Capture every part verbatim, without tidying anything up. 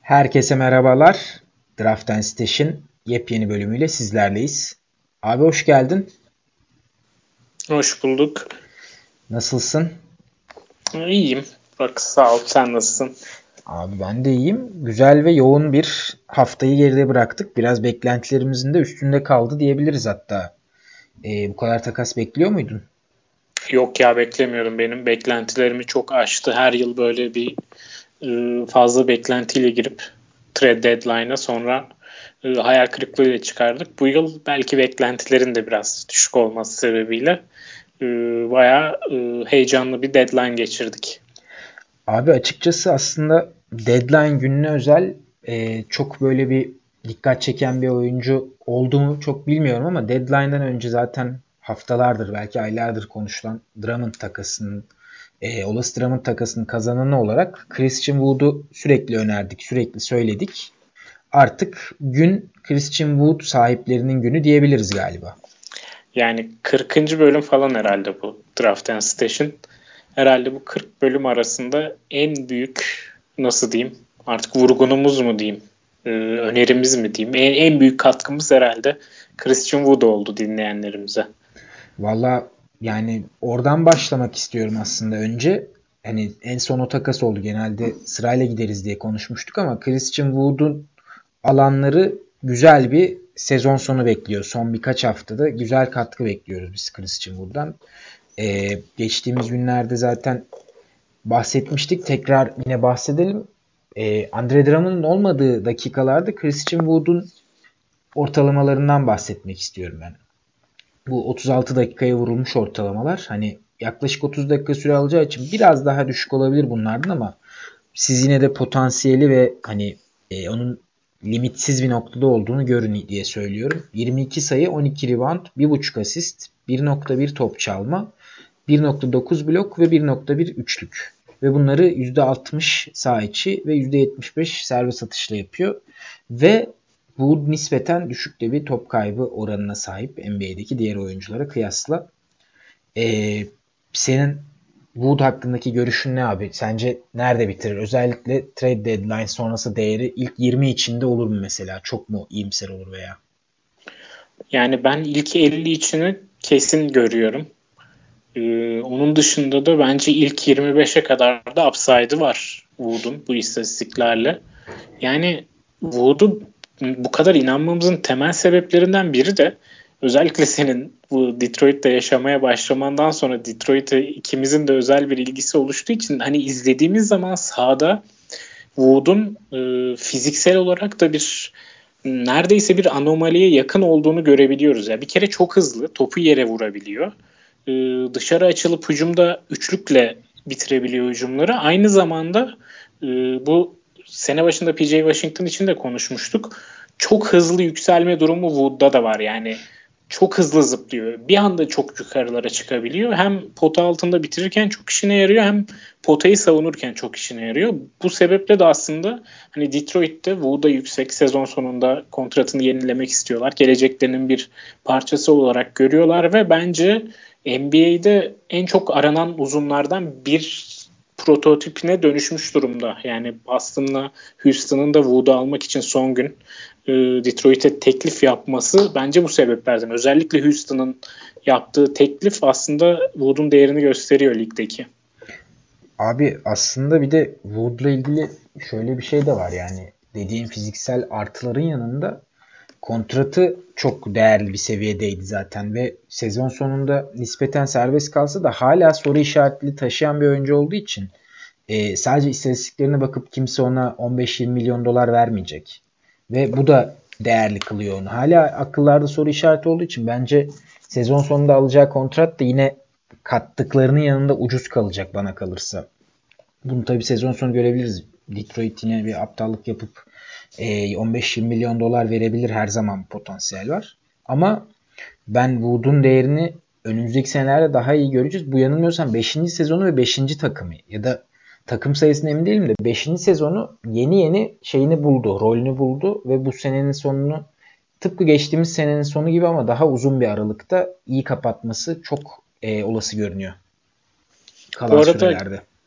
Herkese merhabalar. Draft and Stash'in yepyeni bölümüyle sizlerleyiz. Abi hoş geldin. Hoş bulduk. Nasılsın? İyiyim. Bak sağ ol. Sen nasılsın? Abi ben de iyiyim. Güzel ve yoğun bir haftayı geride bıraktık. Biraz beklentilerimizin de üstünde kaldı diyebiliriz hatta. Ee, bu kadar takas bekliyor muydun? Yok ya beklemiyordum. Benim beklentilerimi çok aştı. Her yıl böyle bir e, fazla beklentiyle girip trade deadline'a sonra e, hayal kırıklığıyla çıkardık. Bu yıl belki beklentilerin de biraz düşük olması sebebiyle e, bayağı e, heyecanlı bir deadline geçirdik. Abi açıkçası aslında deadline gününe özel e, çok böyle bir dikkat çeken bir oyuncu oldu mu çok bilmiyorum ama deadline'dan önce zaten haftalardır belki aylardır konuşulan Drummond takasının e, olası Drummond takasının kazananı olarak Christian Wood'u sürekli önerdik, sürekli söyledik. Artık gün Christian Wood sahiplerinin günü diyebiliriz galiba. Yani kırkıncı bölüm falan herhalde bu Draft and Stash'in. Herhalde bu kırk bölüm arasında en büyük nasıl diyeyim artık vurgunumuz mu diyeyim e, önerimiz mi diyeyim en, en büyük katkımız herhalde Christian Wood oldu dinleyenlerimize. Valla yani oradan başlamak istiyorum aslında önce. Hani en son o takas oldu. Genelde sırayla gideriz diye konuşmuştuk ama Christian Wood'un alanları güzel bir sezon sonu bekliyor. Son birkaç haftada güzel katkı bekliyoruz biz Christian Wood'dan. Ee, geçtiğimiz günlerde zaten bahsetmiştik. Tekrar yine bahsedelim. Ee, Andre Drummond'un olmadığı dakikalarda Christian Wood'un ortalamalarından bahsetmek istiyorum ben. Bu otuz altı dakikaya vurulmuş ortalamalar. Hani yaklaşık otuz dakika süre alacağı için biraz daha düşük olabilir bunlardan ama siz yine de potansiyeli ve hani e, onun limitsiz bir noktada olduğunu görün diye söylüyorum. yirmi iki sayı, on iki rebound, bir buçuk asist, bir nokta bir top çalma, bir nokta dokuz blok ve bir nokta bir üçlük. Ve bunları yüzde altmış sağ içi ve yüzde yetmiş beş serbest atışla yapıyor. Ve bu nispeten düşük de bir top kaybı oranına sahip N B A'deki diğer oyunculara kıyasla. Ee, senin Wood hakkındaki görüşün ne abi? Sence nerede bitirir? Özellikle trade deadline sonrası değeri ilk yirmi içinde olur mu mesela? Çok mu iyimser olur veya? Yani ben ilk elli içini kesin görüyorum. Ee, onun dışında da bence ilk yirmi beşe kadar da upside'ı var Wood'un bu istatistiklerle. Yani Wood'u bu kadar inanmamızın temel sebeplerinden biri de özellikle senin bu Detroit'te yaşamaya başlamandan sonra Detroit'e ikimizin de özel bir ilgisi oluştuğu için hani izlediğimiz zaman sahada Wood'un e, fiziksel olarak da bir neredeyse bir anomaliye yakın olduğunu görebiliyoruz. Ya bir kere çok hızlı, topu yere vurabiliyor. Ee, dışarı açılıp hücumda üçlükle bitirebiliyor hücumları. Aynı zamanda e, bu sene başında P J Washington için de konuşmuştuk. Çok hızlı yükselme durumu Wood'da da var. Yani çok hızlı zıplıyor. Bir anda çok yukarılara çıkabiliyor. Hem pota altında bitirirken çok işine yarıyor hem potayı savunurken çok işine yarıyor. Bu sebeple de aslında hani Detroit'te Wood'a yüksek sezon sonunda kontratını yenilemek istiyorlar. Geleceklerinin bir parçası olarak görüyorlar ve bence N B A'de en çok aranan uzunlardan bir prototipine dönüşmüş durumda. Yani Boston'la Houston'ın da Wood'u almak için son gün e, Detroit'e teklif yapması bence bu sebeplerden. Özellikle Houston'ın yaptığı teklif aslında Wood'un değerini gösteriyor ligdeki. Abi aslında bir de Wood'la ilgili şöyle bir şey de var yani. Dediğin fiziksel artıların yanında kontratı çok değerli bir seviyedeydi zaten ve sezon sonunda nispeten serbest kalsa da hala soru işaretli taşıyan bir oyuncu olduğu için e, sadece istatistiklerine bakıp kimse ona on beş yirmi milyon dolar vermeyecek. Ve bu da değerli kılıyor onu. Hala akıllarda soru işareti olduğu için bence sezon sonunda alacağı kontrat da yine kattıklarının yanında ucuz kalacak bana kalırsa. Bunu tabii sezon sonu görebiliriz. Detroit yine bir aptallık yapıp e, on beş yirmi milyon dolar verebilir, her zaman potansiyel var. Ama ben Wood'un değerini önümüzdeki senelerde daha iyi göreceğiz. Bu yanılmıyorsam beşinci sezonu ve beşinci takımı ya da takım sayısına emin değilim de beşinci sezonu yeni yeni şeyini buldu, rolünü buldu ve bu senenin sonunu tıpkı geçtiğimiz senenin sonu gibi ama daha uzun bir aralıkta iyi kapatması çok e, olası görünüyor kalan Bu arada sürelerde.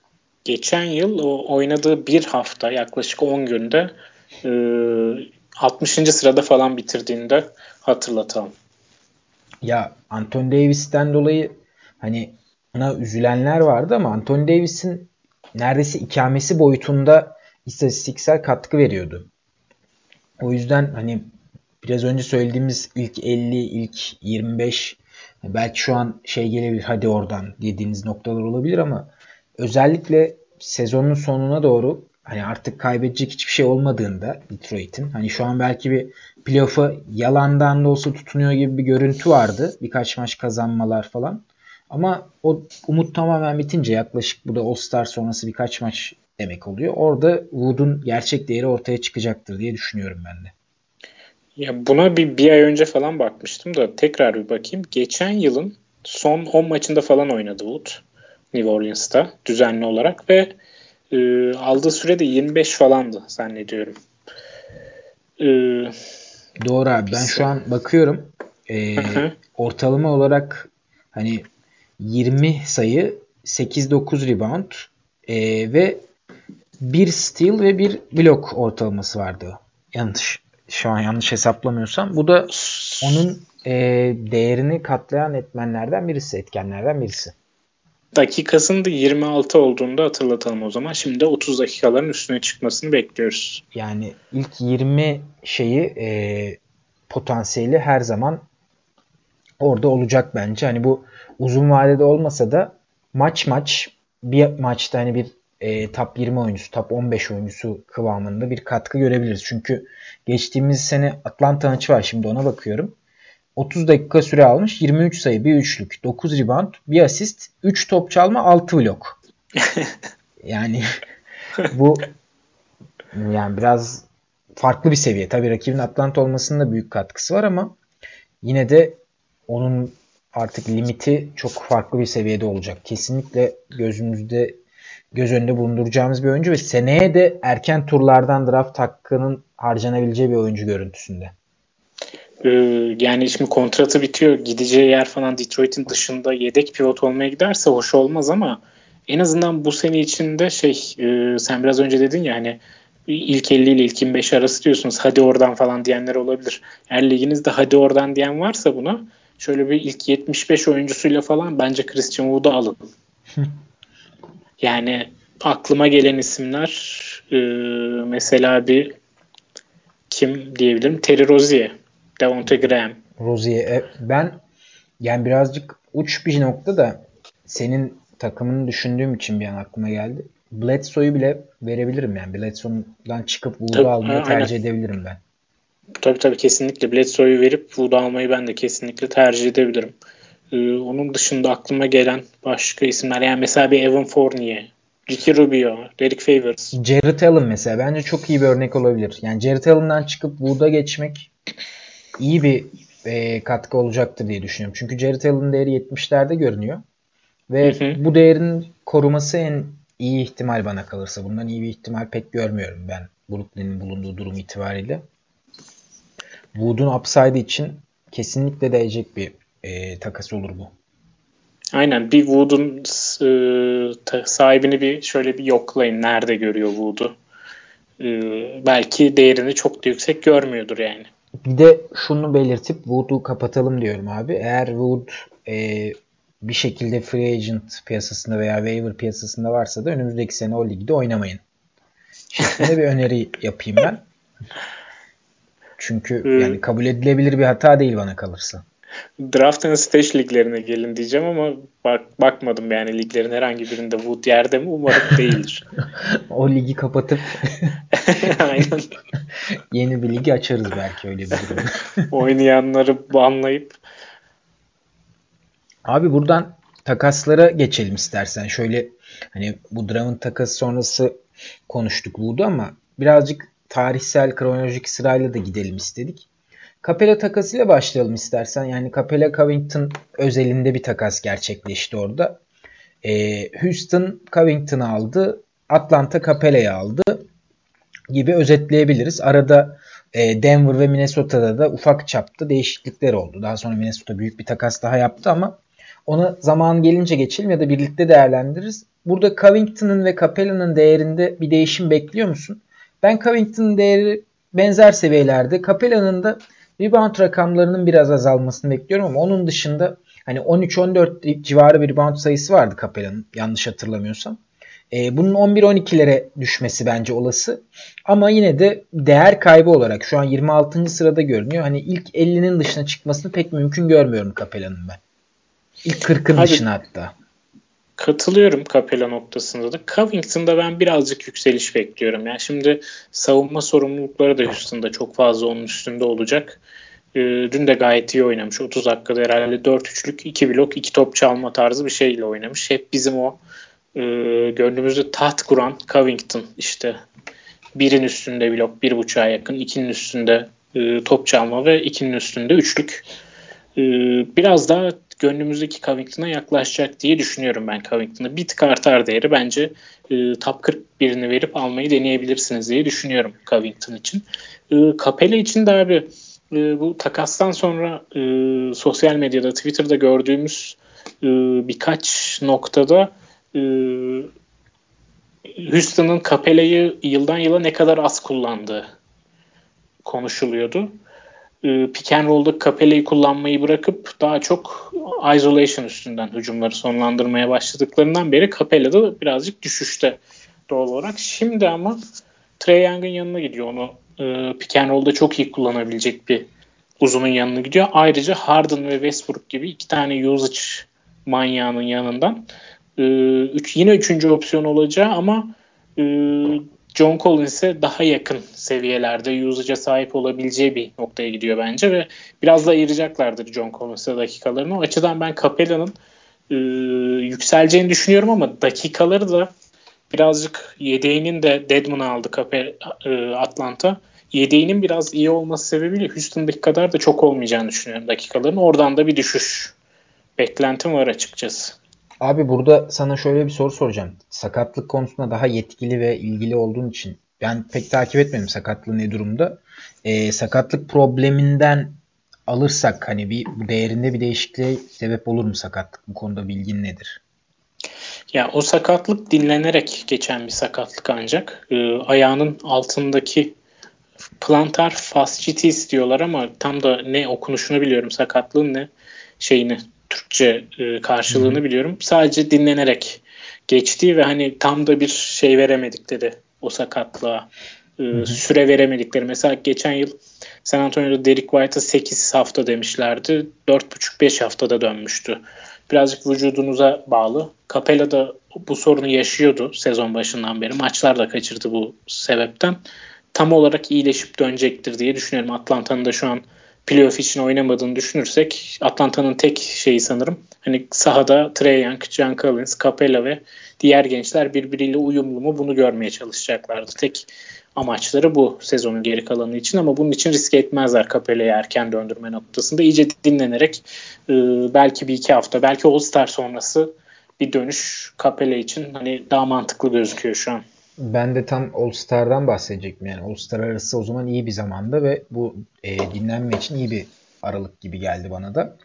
geçen yıl o oynadığı bir hafta yaklaşık on günde e, altmışıncı sırada falan bitirdiğinde hatırlatalım. Ya Anthony Davis'ten dolayı hani ona üzülenler vardı ama Anthony Davis'in neredeyse ikamesi boyutunda istatistiksel katkı veriyordu. O yüzden hani biraz önce söylediğimiz ilk elli, ilk yirmi beş belki şu an şey gelebilir hadi oradan dediğiniz noktalar olabilir ama özellikle sezonun sonuna doğru hani artık kaybedecek hiçbir şey olmadığında Detroit'in hani şu an belki bir playoff'a yalandan da olsa tutunuyor gibi bir görüntü vardı. Birkaç maç kazanmalar falan. Ama o umut tamamen bitince yaklaşık bu da All-Star sonrası birkaç maç demek oluyor. Orada Wood'un gerçek değeri ortaya çıkacaktır diye düşünüyorum ben de. Ya buna bir, bir ay önce falan bakmıştım da tekrar bir bakayım. Geçen yılın son on maçında falan oynadı Wood New Orleans'ta düzenli olarak ve e, aldığı süre de yirmi beş falandı zannediyorum. E, Doğru abi. Ben şu Bize. an bakıyorum. Ee, ortalama olarak hani yirmi sayı, sekiz dokuz rebound ee, ve bir steal ve bir blok ortalaması vardı. Yanlış. Şu an yanlış hesaplamıyorsam. Bu da onun ee, değerini katlayan etmenlerden birisi, etkenlerden birisi. Dakikasının da yirmi altı olduğunda hatırlatalım o zaman. Şimdi de otuz dakikaların üstüne çıkmasını bekliyoruz. Yani ilk yirmi şeyi ee, potansiyeli her zaman orada olacak bence. Hani bu uzun vadede olmasa da maç maç bir maçta hani bir e, top yirmi oyuncusu, top on beş oyuncusu kıvamında bir katkı görebiliriz. Çünkü geçtiğimiz sene Atlanta maçı var, şimdi ona bakıyorum. otuz dakika süre almış, yirmi üç sayı, bir üçlük, dokuz rebound, bir asist, üç top çalma, altı blok. Yani bu yani biraz farklı bir seviye. Tabii rakibin Atlanta olmasının da büyük katkısı var ama yine de onun artık limiti çok farklı bir seviyede olacak. Kesinlikle gözümüzde göz önünde bulunduracağımız bir oyuncu ve seneye de erken turlardan draft hakkının harcanabileceği bir oyuncu görüntüsünde. Ee, Yani şimdi kontratı bitiyor. Gideceği yer falan Detroit'in dışında yedek pivot olmaya giderse hoş olmaz ama en azından bu sene içinde şey e, sen biraz önce dedin ya hani ilk elli ile ilk yirmi beş arası diyorsunuz. Hadi oradan falan diyenler olabilir. Eğer liginizde hadi oradan diyen varsa buna şöyle bir ilk yetmiş beş oyuncusuyla falan bence Christian Wood'u alın. Yani aklıma gelen isimler e, mesela bir kim diyebilirim? Terry Rozier, Devonte Graham. Rozier ben yani birazcık uç bir nokta da senin takımını düşündüğüm için bir an aklıma geldi. Bledsoe'yu bile verebilirim yani. Bledsoe'dan çıkıp Wood'u Tabii, almayı aynen. tercih edebilirim ben. Tabii tabii kesinlikle Bledsoe'yu verip Wood'u almayı ben de kesinlikle tercih edebilirim. Ee, onun dışında aklıma gelen başka isimler yani mesela bir Evan Fournier, Ricky Rubio, Derek Favors. Jarrett Allen mesela bence çok iyi bir örnek olabilir. Yani Jarrett Allen'dan çıkıp Wood'a geçmek iyi bir e, katkı olacaktır diye düşünüyorum. Çünkü Jarrett Allen'ın değeri yetmişlerde görünüyor. Hı Ve hı. bu değerin koruması en iyi ihtimal bana kalırsa. Bundan iyi bir ihtimal pek görmüyorum ben Brooklyn'in bulunduğu durum itibariyle. Wood'un upside için kesinlikle değecek bir e, takas olur bu. Aynen bir Wood'un e, sahibini bir şöyle bir yoklayın. Nerede görüyor Wood'u? Ee, belki değerini çok da yüksek görmüyordur yani. Bir de şunu belirtip Wood'u kapatalım diyorum abi. Eğer Wood e, bir şekilde free agent piyasasında veya waiver piyasasında varsa da önümüzdeki sene o ligde oynamayın şeklinde bir öneri yapayım ben. Çünkü Ee, yani kabul edilebilir bir hata değil bana kalırsa. Draft and Stash liglerine gelin diyeceğim ama bak bakmadım yani liglerin herhangi birinde Wood yerde mi umarım değildir. O ligi kapatıp Aynen. yeni bir ligi açarız belki öyle bir durumda. Oynayanları banlayıp Abi buradan takaslara geçelim istersen. Şöyle hani bu Drummond takası sonrası konuştuk Wood'u ama birazcık tarihsel kronolojik sırayla da gidelim istedik. Capela takasıyla başlayalım istersen. Yani Capela Covington özelinde bir takas gerçekleşti orada. Ee, Houston Covington'ı aldı. Atlanta Capela'yı aldı gibi özetleyebiliriz. Arada e, Denver ve Minnesota'da da ufak çapta değişiklikler oldu. Daha sonra Minnesota büyük bir takas daha yaptı ama Ona zaman gelince geçelim ya da birlikte değerlendiririz. Burada Covington'ın ve Capella'nın değerinde bir değişim bekliyor musun? Ben Covington'ın değeri benzer seviyelerde. Capella'nın da rebound rakamlarının biraz azalmasını bekliyorum ama onun dışında hani on üç on dört civarı bir rebound sayısı vardı Capella'nın yanlış hatırlamıyorsam. E, bunun on bir on ikilere düşmesi bence olası. Ama yine de değer kaybı olarak şu an yirmi altıncı sırada görünüyor. Hani ilk ellinin dışına çıkmasını pek mümkün görmüyorum Capella'nın ben. İlk kırkın Abi dışına hatta. katılıyorum Capella noktasında da. Covington'da ben birazcık yükseliş bekliyorum. Yani şimdi savunma sorumlulukları da Houston'da çok fazla onun üstünde olacak. Ee, dün de gayet iyi oynamış. otuz dakikada herhalde dört üçlük, iki blok, iki top çalma tarzı bir şeyle oynamış. Hep bizim o e, gönlümüzde taht kuran Covington işte. Birin üstünde blok, bir buçuğa yakın. İkinin üstünde e, top çalma ve ikinin üstünde üçlük. E, biraz daha gönlümüzdeki Covington'a yaklaşacak diye düşünüyorum ben Covington'a. Bir tık artar değeri bence e, top kırk birini verip almayı deneyebilirsiniz diye düşünüyorum Covington için. E, Capella için de abi e, bu takastan sonra e, sosyal medyada, Twitter'da gördüğümüz e, birkaç noktada e, Houston'ın Capella'yı yıldan yıla ne kadar az kullandığı konuşuluyordu. E, pick and roll'da Capella'yı kullanmayı bırakıp daha çok isolation üstünden hücumları sonlandırmaya başladıklarından beri Capella'da birazcık düşüşte doğal olarak. Şimdi ama Trae Young'ın yanına gidiyor. Onu e, pick and roll'da çok iyi kullanabilecek bir uzunun yanına gidiyor. Ayrıca Harden ve Westbrook gibi iki tane usage manyağının yanından e, üç, yine üçüncü opsiyon olacağı ama e, John Collins'e daha yakın seviyelerde usage'a sahip olabileceği bir noktaya gidiyor bence ve biraz da ayıracaklardır John Collins'e dakikalarını. O açıdan ben Capella'nın e, yükseleceğini düşünüyorum ama dakikaları da birazcık yedeğinin de Dedmon'u aldı Capella, e, Atlanta. Yedeğinin biraz iyi olması sebebiyle Houston'daki kadar da çok olmayacağını düşünüyorum dakikaların. Oradan da bir düşüş beklentim var açıkçası. Abi burada sana şöyle bir soru soracağım. Sakatlık konusunda daha yetkili ve ilgili olduğun için ben pek takip etmedim sakatlığı ne durumda. Ee, sakatlık probleminden alırsak hani bir bu değerinde bir değişikliğe sebep olur mu sakatlık? Bu konuda bilgin nedir? Ya o sakatlık dinlenerek geçen bir sakatlık ancak e, ayağının altındaki plantar fasciitis diyorlar ama tam da ne okunuşunu biliyorum sakatlığın ne şeyini Türkçe e, Hı hı. karşılığını biliyorum. Sadece dinlenerek geçti ve hani tam da bir şey veremedik dedi o sakatlığa. Hı E, hı. süre veremedikleri. Mesela geçen yıl San Antonio'da Derek White'a sekiz hafta demişlerdi. dört buçuk beş haftada dönmüştü. Birazcık vücudunuza bağlı. Capella da bu sorunu yaşıyordu sezon başından beri. Maçlar da kaçırdı bu sebepten. Tam olarak iyileşip dönecektir diye düşünüyorum. Atlanta'nın da şu an playoff için oynamadığını düşünürsek Atlanta'nın tek şeyi sanırım hani sahada Trae Young, John Collins, Capella ve diğer gençler birbiriyle uyumlu mu bunu görmeye çalışacaklardı. Tek amaçları bu sezonun geri kalanı için ama bunun için riske etmezler Capella'yı erken döndürme noktasında. İyice dinlenerek e, belki bir iki hafta belki All-Star sonrası bir dönüş Capella için hani daha mantıklı gözüküyor şu an. Ben de tam All Star'dan bahsedecektim. Yani All Star arası o zaman iyi bir zamanda ve bu e, dinlenme için iyi bir aralık gibi geldi bana da.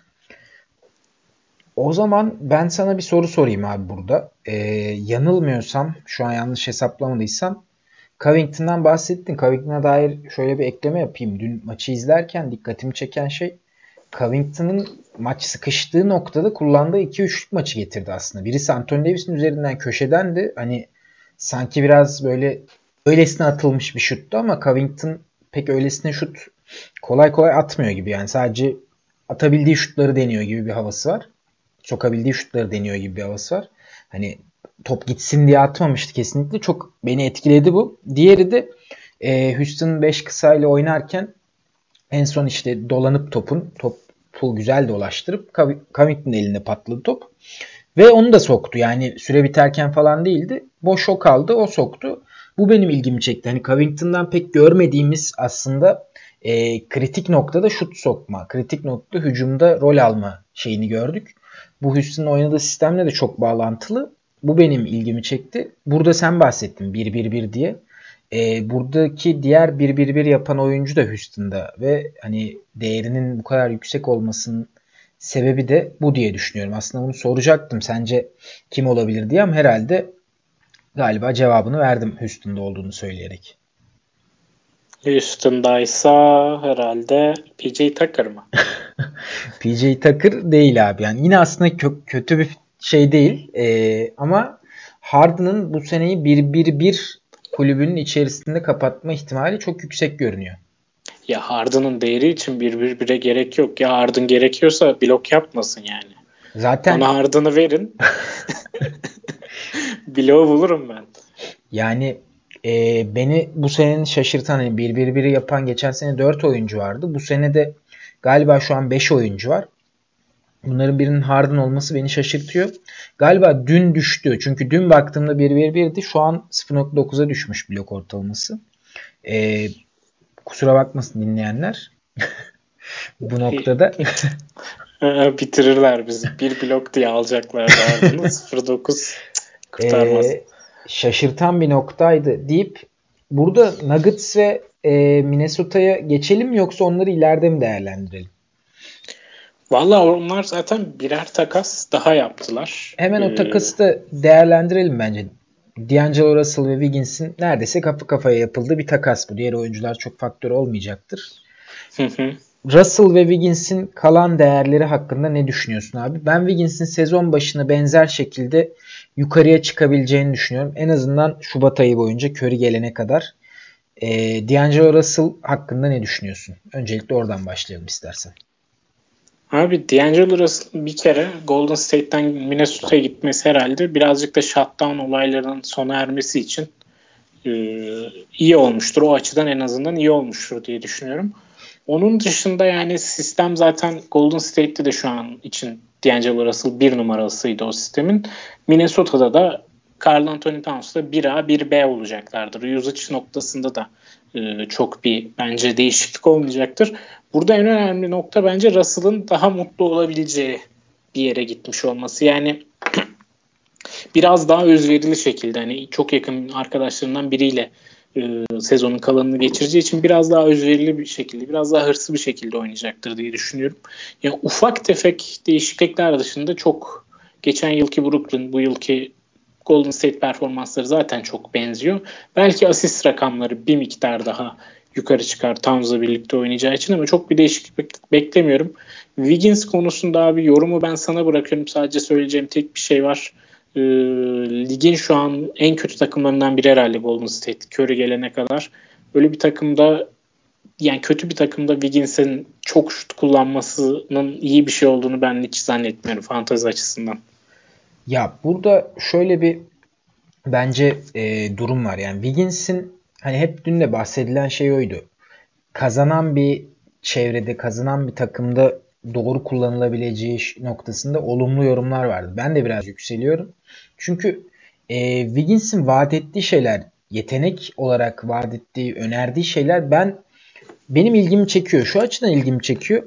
O zaman ben sana bir soru sorayım abi burada. Ee, yanılmıyorsam, şu an yanlış hesaplamadıysam Covington'dan bahsettin. Covington'a dair şöyle bir ekleme yapayım. Dün maçı izlerken dikkatimi çeken şey Covington'ın maç sıkıştığı noktada kullandığı iki üçlük maçı getirdi aslında. Birisi Anthony Davis'in üzerinden köşedendi. Hani sanki biraz böyle öylesine atılmış bir şuttu ama Covington pek öylesine şut kolay kolay atmıyor gibi. Yani sadece atabildiği şutları deniyor gibi bir havası var. Sokabildiği şutları deniyor gibi bir havası var. Hani top gitsin diye atmamıştı kesinlikle. Çok beni etkiledi bu. Diğeri de e, Houston beş kısayla oynarken en son işte dolanıp topun topu güzel dolaştırıp Covington'ın elinde patladı top. Ve onu da soktu. Yani süre biterken falan değildi. Boş o kaldı. O soktu. Bu benim ilgimi çekti. Hani Covington'dan pek görmediğimiz aslında e, kritik noktada şut sokma. Kritik noktada hücumda rol alma şeyini gördük. Bu Houston'ın oynadığı sistemle de çok bağlantılı. Bu benim ilgimi çekti. Burada sen bahsettin bir bir bir diye. E, buradaki diğer bir bir bir yapan oyuncu da Houston'da ve hani değerinin bu kadar yüksek olmasının sebebi de bu diye düşünüyorum. Aslında bunu soracaktım sence kim olabilir diye ama herhalde galiba cevabını verdim Houston'da olduğunu söyleyerek. Houston'daysa herhalde P J Tucker mı? P J Tucker değil abi. Yani yine aslında kö- kötü bir şey değil. Ee, ama Harden'ın bu seneyi bir bir bir kulübünün içerisinde kapatma ihtimali çok yüksek görünüyor. Ya Harden'ın değeri için bir bir bire gerek yok. Ya Harden gerekiyorsa blok yapmasın yani. Bana Zaten Harden'ı verin. Bloğu bulurum ben. yani e, beni bu senenin şaşırtan hani bir bir biri yapan geçen sene dört oyuncu vardı. Bu sene de galiba şu an beş oyuncu var. Bunların birinin Harden olması beni şaşırtıyor. Galiba dün düştü. Çünkü dün baktığımda bir bir birdi. Şu an sıfır nokta dokuza düşmüş blok ortalaması. Ee, kusura bakmasın dinleyenler. Bu noktada Bitirirler bizi. Bir blok diye alacaklardı Harden'ı. sıfır nokta dokuz kurtarmaz. e, şaşırtan bir noktaydı deyip burada Nuggets ve e, Minnesota'ya geçelim mi yoksa onları ileride mi değerlendirelim? Valla onlar zaten birer takas daha yaptılar. Hemen o Ee, takası da değerlendirelim bence. D'Angelo Russell ve Wiggins'in neredeyse kafa kafaya yapıldığı bir takas bu. Diğer oyuncular çok faktör olmayacaktır. hı hı. Russell ve Wiggins'in kalan değerleri hakkında ne düşünüyorsun abi? Ben Wiggins'in sezon başına benzer şekilde yukarıya çıkabileceğini düşünüyorum. En azından Şubat ayı boyunca Curry gelene kadar. E, D'Angelo Russell hakkında ne düşünüyorsun? Öncelikle oradan başlayalım istersen. Abi D'Angelo Russell'ın bir kere Golden State'ten Minnesota'ya gitmesi herhalde birazcık da shutdown olaylarının sona ermesi için e, iyi olmuştur. O açıdan en azından iyi olmuştur diye düşünüyorum. Onun dışında yani sistem zaten Golden State'te de şu an için D'Angelo Russell bir numarasıydı o sistemin. Minnesota'da da Karl Anthony Towns'la bir A bir B olacaklardır. Usage noktasında da e, çok bir bence değişiklik olmayacaktır. Burada en önemli nokta bence Russell'ın daha mutlu olabileceği bir yere gitmiş olması. Yani biraz daha özverili şekilde hani çok yakın arkadaşlarından biriyle e, sezonun kalanını geçireceği için biraz daha özverili bir şekilde, biraz daha hırslı bir şekilde oynayacaktır diye düşünüyorum. Yani ufak tefek değişiklikler dışında çok geçen yılki Brooklyn, bu yılki Golden State performansları zaten çok benziyor. Belki asist rakamları bir miktar daha yukarı çıkar Towns'la birlikte oynayacağı için ama çok bir değişiklik beklemiyorum. Wiggins konusunda abi yorumu ben sana bırakıyorum. Sadece söyleyeceğim tek bir şey var. Ee, ligin şu an en kötü takımlarından biri herhalde Golden State. Curry gelene kadar. Böyle bir takımda yani kötü bir takımda Wiggins'in çok şut kullanmasının iyi bir şey olduğunu ben hiç zannetmiyorum fantezi açısından. Ya burada şöyle bir bence e, durum var. Yani Wiggins'in hani hep dün de bahsedilen şey oydu. Kazanan bir çevrede, kazanan bir takımda doğru kullanılabileceği noktasında olumlu yorumlar vardı. Ben de biraz yükseliyorum. Çünkü e, Wiggins'in vaat ettiği şeyler, yetenek olarak vaat ettiği, önerdiği şeyler ben benim ilgimi çekiyor. Şu açıdan ilgimi çekiyor.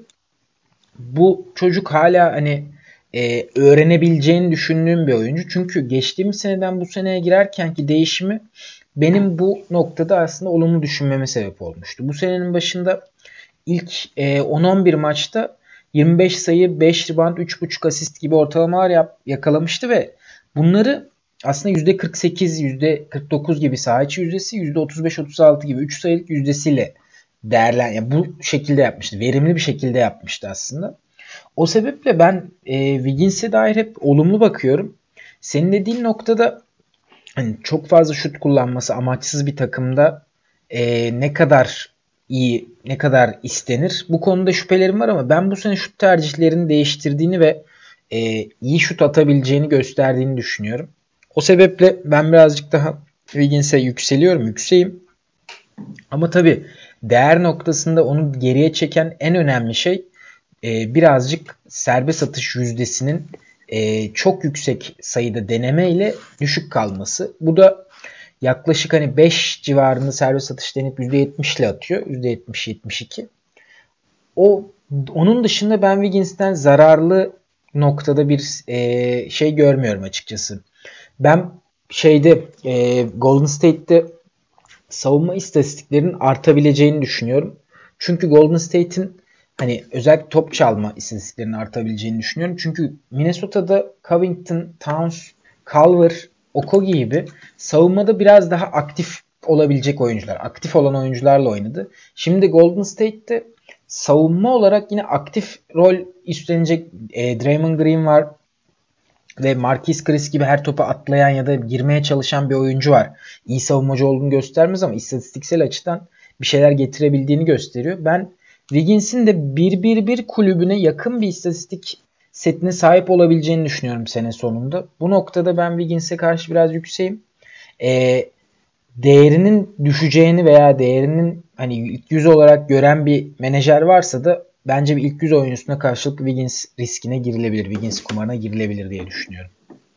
Bu çocuk hala hani e, öğrenebileceğini düşündüğüm bir oyuncu. Çünkü geçtiğimiz seneden bu seneye girerkenki değişimi benim bu noktada aslında olumlu düşünmeme sebep olmuştu. Bu senenin başında ilk e, on on bir maçta yirmi beş sayı, beş rebound, üç buçuk asist gibi ortalamalar yap, yakalamıştı ve bunları aslında yüzde kırk sekiz, yüzde kırk dokuz gibi saha içi yüzdesi, yüzde otuz beş otuz altı gibi üç sayılık yüzdesiyle değerlen yani bu şekilde yapmıştı. Verimli bir şekilde yapmıştı aslında. O sebeple ben e, Wiggins'e dair hep olumlu bakıyorum. Senin dediğin noktada hani çok fazla şut kullanması amaçsız bir takımda e, ne kadar iyi, ne kadar istenir? Bu konuda şüphelerim var ama ben bu sene şut tercihlerini değiştirdiğini ve e, iyi şut atabileceğini gösterdiğini düşünüyorum. O sebeple ben birazcık daha Wiggins'e yükseliyorum, yükseğim. Ama tabii değer noktasında onu geriye çeken en önemli şey e, birazcık serbest atış yüzdesinin e, çok yüksek sayıda deneme ile düşük kalması. Bu da yaklaşık hani beş civarında serbest atış denip yüzde yetmiş ile atıyor. yüzde yetmiş yetmiş iki. O onun dışında ben Wiggins'ten zararlı noktada bir e, şey görmüyorum açıkçası. Ben şeyde e, Golden State'te savunma istatistiklerinin artabileceğini düşünüyorum. Çünkü Golden State'in hani özellikle top çalma istatistiklerinin artabileceğini düşünüyorum. Çünkü Minnesota'da Covington, Towns, Culver, Okogie gibi savunmada biraz daha aktif olabilecek oyuncular, aktif olan oyuncularla oynadı. Şimdi Golden State'te savunma olarak yine aktif rol üstlenecek e, Draymond Green var ve Marquise Chris gibi her topa atlayan ya da girmeye çalışan bir oyuncu var. İyi savunmacı olduğunu göstermez ama istatistiksel açıdan bir şeyler getirebildiğini gösteriyor. Ben Wiggins'in de bir bir bir kulübüne yakın bir istatistik setine sahip olabileceğini düşünüyorum sene sonunda. Bu noktada ben Wiggins'e karşı biraz yükseğim. Ee, değerinin düşeceğini veya değerinin hani ilk yüz olarak gören bir menajer varsa da bence bir ilk yüz oyuncusuna karşılık Wiggins riskine girilebilir. Wiggins kumarına girilebilir diye düşünüyorum.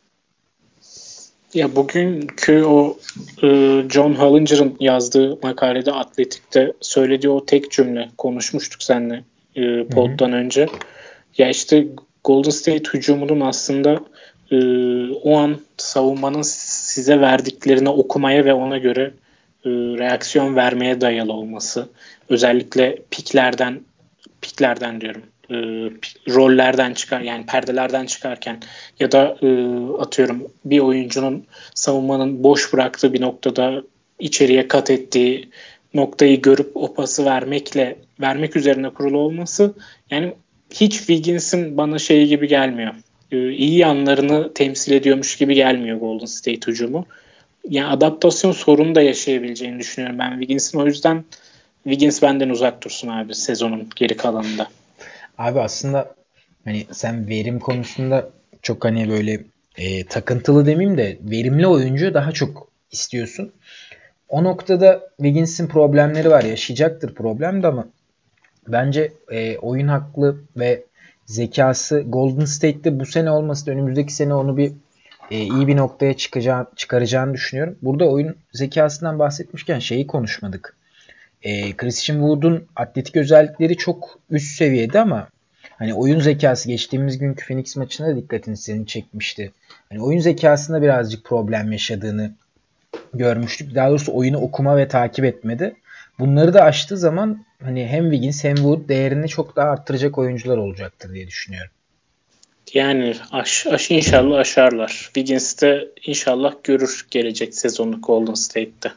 Ya bugünkü o e, John Hollinger'ın yazdığı makalede Atletik'te söylediği o tek cümle konuşmuştuk seninle e, poddan önce. Ya işte Golden State hücumunun aslında e, o an savunmanın size verdiklerini okumaya ve ona göre e, reaksiyon vermeye dayalı olması. Özellikle piklerden piklerden diyorum. E, rollerden çıkar yani perdelerden çıkarken ya da e, atıyorum bir oyuncunun savunmanın boş bıraktığı bir noktada içeriye kat ettiği noktayı görüp o pası vermekle vermek üzerine kurulu olması yani hiç Wiggins'in bana şey gibi gelmiyor. E, iyi yanlarını temsil ediyormuş gibi gelmiyor Golden State hücumu. Yani adaptasyon sorunu da yaşayabileceğini düşünüyorum ben Wiggins'in. O yüzden Wiggins benden uzak dursun abi sezonun geri kalanında. Abi aslında hani sen verim konusunda çok hani böyle e, takıntılı demeyeyim de verimli oyuncu daha çok istiyorsun. O noktada Wiggins'in problemleri var. Yaşayacaktır problem de ama bence e, oyun haklı ve zekası Golden State'te bu sene olması da önümüzdeki sene onu bir e, iyi bir noktaya çıkacağı, çıkaracağını düşünüyorum. Burada oyun zekasından bahsetmişken şeyi konuşmadık. E, Christian Wood'un atletik özellikleri çok üst seviyede ama hani oyun zekası geçtiğimiz günkü Phoenix maçında da dikkatini senin çekmişti. Hani oyun zekasında birazcık problem yaşadığını görmüştük. Daha doğrusu oyunu okuma ve takip etmedi. Bunları da aştığı zaman hani hem Wiggins hem Wood değerini çok daha arttıracak oyuncular olacaktır diye düşünüyorum. Yani aş, aş inşallah aşarlar. Wiggins de inşallah görür gelecek sezonu Golden State'te.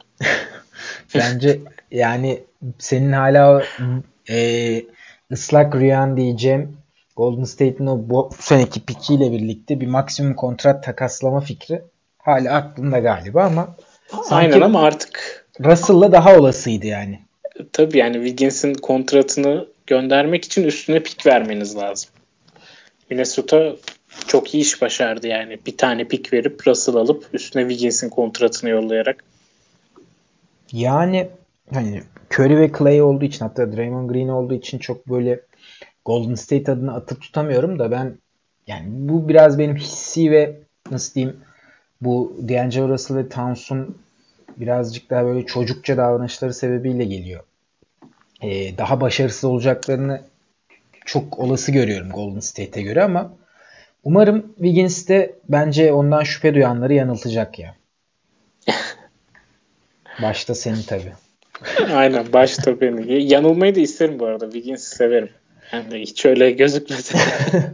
Bence yani senin hala e, ıslak rüyan diyeceğim Golden State'in o bu seneki pikiyle birlikte bir maksimum kontrat takaslama fikri hala aklında galiba ama Aynen sanki ama artık Russell'la daha olasıydı yani. tabii yani Wiggins'in kontratını göndermek için üstüne pik vermeniz lazım. Minnesota çok iyi iş başardı yani. Bir tane pik verip Russell alıp üstüne Wiggins'in kontratını yollayarak. Yani hani Curry ve Clay olduğu için hatta Draymond Green olduğu için çok böyle Golden State adına atıp tutamıyorum da ben yani bu biraz benim hissi ve nasıl diyeyim bu D'Angelo Russell ve Towns'un birazcık daha böyle çocukça davranışları sebebiyle geliyor. Ee, daha başarısız olacaklarını çok olası görüyorum Golden State'e göre ama umarım Wiggins de bence ondan şüphe duyanları yanıltacak ya. Başta seni tabii. Aynen başta beni. Yanılmayı da isterim bu arada. Wiggins'i severim. Yani hiç öyle gözükmese de.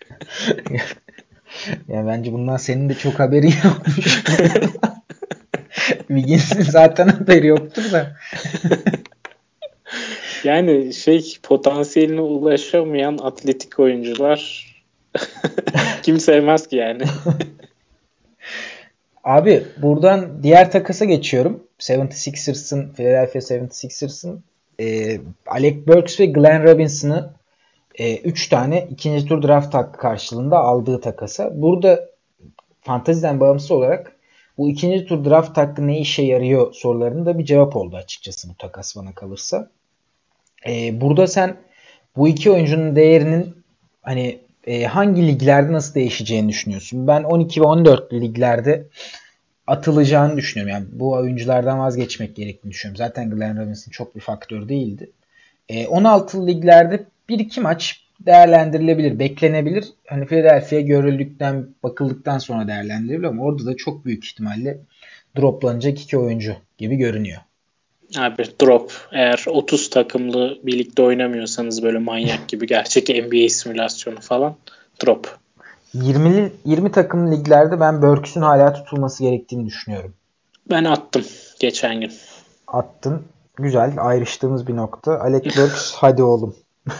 Ya bence bundan senin de çok haberin yokmuş. Wiggins'in zaten haberi yoktur da. Yani şey potansiyeline ulaşamayan atletik oyuncular kim sevmez ki yani. Abi buradan diğer takasa geçiyorum. yetmiş altıların Philadelphia yetmiş altıların e, Alec Burks ve Glenn Robinson'ı üç e, tane ikinci tur draft hakkı karşılığında aldığı takasa. Burada fanteziden bağımsız olarak bu ikinci tur draft hakkı ne işe yarıyor sorularının da bir cevap oldu açıkçası bu takas bana kalırsa. E, burada sen bu iki oyuncunun değerinin hani e, hangi liglerde nasıl değişeceğini düşünüyorsun? Ben on iki ve on dört liglerde atılacağını düşünüyorum. Yani bu oyunculardan vazgeçmek gerektiğini düşünüyorum. Zaten Glenn Robinson çok bir faktör değildi. E, on altı liglerde bir iki maç değerlendirilebilir, beklenebilir. Hani Philadelphia görüldükten, bakıldıktan sonra değerlendirilebilir ama orada da çok büyük ihtimalle droplanacak iki oyuncu gibi görünüyor. Abi drop. Eğer otuz takımlı birlikte oynamıyorsanız böyle manyak gibi gerçek N B A simülasyonu falan drop. yirmili yirmi takımlı liglerde ben Burks'ün hala tutulması gerektiğini düşünüyorum. Ben attım geçen gün. Attın. Güzel. Ayrıştığımız bir nokta. Alec Burks hadi oğlum.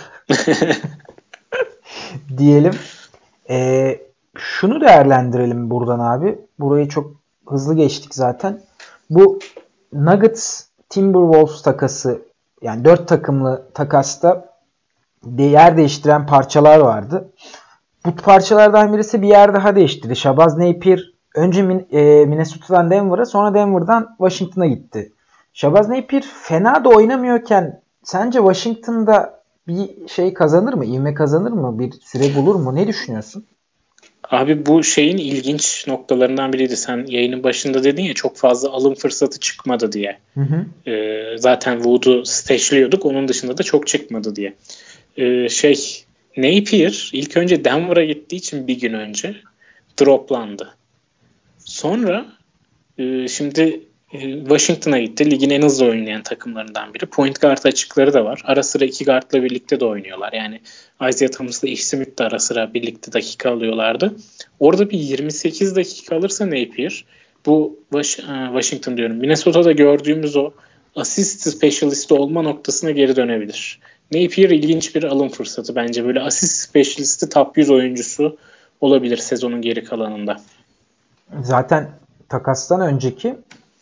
Diyelim. Ee, şunu değerlendirelim buradan abi. Burayı çok hızlı geçtik zaten. Bu Nuggets Timberwolves takası, yani dört takımlı takasta yer değiştiren parçalar vardı. Bu parçalardan birisi bir yer daha değiştirdi. Shabazz Napier önce Minnesota'dan Denver'a, sonra Denver'dan Washington'a gitti. Shabazz Napier fena da oynamıyorken sence Washington'da bir şey kazanır mı? İvme kazanır mı? Bir süre bulur mu? Ne düşünüyorsun? Abi bu şeyin ilginç noktalarından biriydi. Sen yayının başında dedin ya çok fazla alım fırsatı çıkmadı diye. Hı hı. Ee, zaten Wood'u stash'liyorduk. Onun dışında da çok çıkmadı diye. Ee, şey Napier ilk önce Denver'a gittiği için bir gün önce droplandı. Sonra e, şimdi e, Washington'a gitti. Ligin en hızlı oynayan takımlarından biri. Point guard açıkları da var. Ara sıra iki guardla birlikte de oynuyorlar. Yani Isaiah Thomas'la Ish Smith de ara sıra birlikte dakika alıyorlardı. Orada bir yirmi sekiz dakika alırsa Napier, bu Washington diyorum, Minnesota'da gördüğümüz o asist specialist olma noktasına geri dönebilir. Napier ilginç bir alım fırsatı bence. Böyle asist specialist'i top yüz oyuncusu olabilir sezonun geri kalanında. Zaten takastan önceki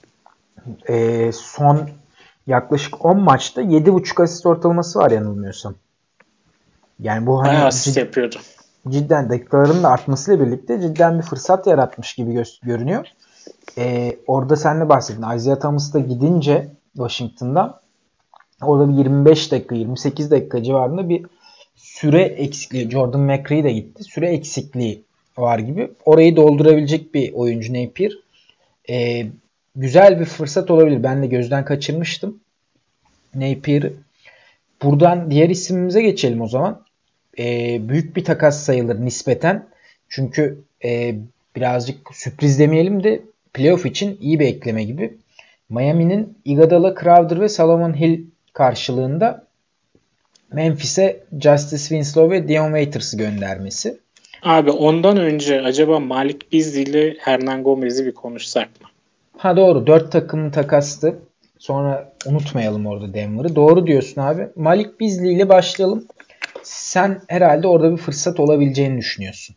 e, son yaklaşık on maçta yedi buçuk asist ortalaması var yanılmıyorsam. Yani bu Bayağı hani asist cid, yapıyordu. cidden dakikaların da artmasıyla birlikte cidden bir fırsat yaratmış gibi gö- görünüyor. Ee, orada sen de bahsettin. Isaiah Thomas da gidince Washington'dan orada bir yirmi beş dakika yirmi sekiz dakika civarında bir süre eksikliği. Jordan McRae de gitti. Süre eksikliği var gibi. Orayı doldurabilecek bir oyuncu Napier. Ee, güzel bir fırsat olabilir. Ben de gözden kaçırmıştım Napier'i. Buradan diğer isimimize geçelim o zaman. Ee, büyük bir takas sayılır nispeten. Çünkü e, birazcık sürpriz demeyelim de playoff için iyi bir ekleme gibi. Miami'nin Iguodala, Crowder ve Solomon Hill karşılığında Memphis'e Justice Winslow ve Dion Waiters'ı göndermesi. Abi ondan önce acaba Malik Beasley ile Hernan Gomez'i bir konuşsak mı? Ha doğru, dört takımın takastı. Sonra unutmayalım orada Denver'ı. Doğru diyorsun abi. Malik Beasley ile başlayalım. Sen herhalde orada bir fırsat olabileceğini düşünüyorsun.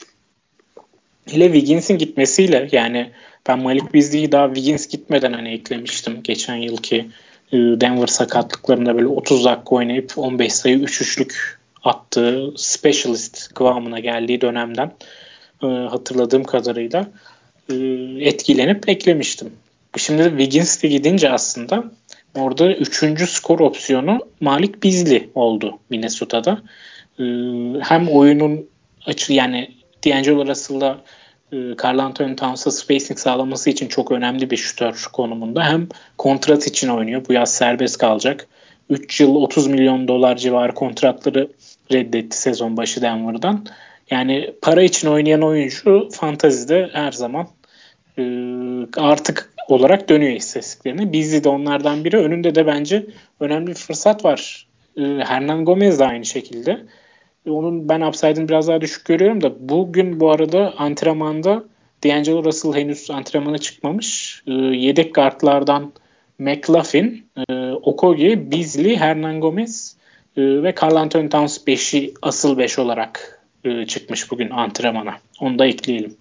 Hele Wiggins'in gitmesiyle, yani ben Malik Beasley'i daha Wiggins gitmeden hani eklemiştim. Geçen yılki e, Denver sakatlıklarında böyle otuz dakika oynayıp on beş sayı üç üçlük attığı specialist kıvamına geldiği dönemden e, hatırladığım kadarıyla e, etkilenip eklemiştim. Şimdi de Wiggins de gidince aslında orada üçüncü skor opsiyonu Malik Beasley oldu Minnesota'da. E, hem oyunun açı, yani D'Angelo Russell'la e, Karl Anthony Towns'a spacing sağlaması için çok önemli bir şütör konumunda. Hem kontrat için oynuyor. Bu yaz serbest kalacak. üç yıl otuz milyon dolar civarı kontratları reddetti sezon başı Denver'dan. Yani para için oynayan oyuncu fantazide her zaman e, artık olarak dönüyor istatistiklerine. Beasley de onlardan biri. Önünde de bence önemli bir fırsat var. E, Hernan Gomez de aynı şekilde. Onun ben upside'ını biraz daha düşük görüyorum da bugün bu arada antrenmanda D'Angelo Russell henüz antrenmana çıkmamış. E, yedek guardlardan McLaughlin, e, Okogie, Beasley, Hernan Gomez e, ve Karl Anthony Towns beşi asıl beş olarak e, çıkmış bugün antrenmana. Onu da ekleyelim.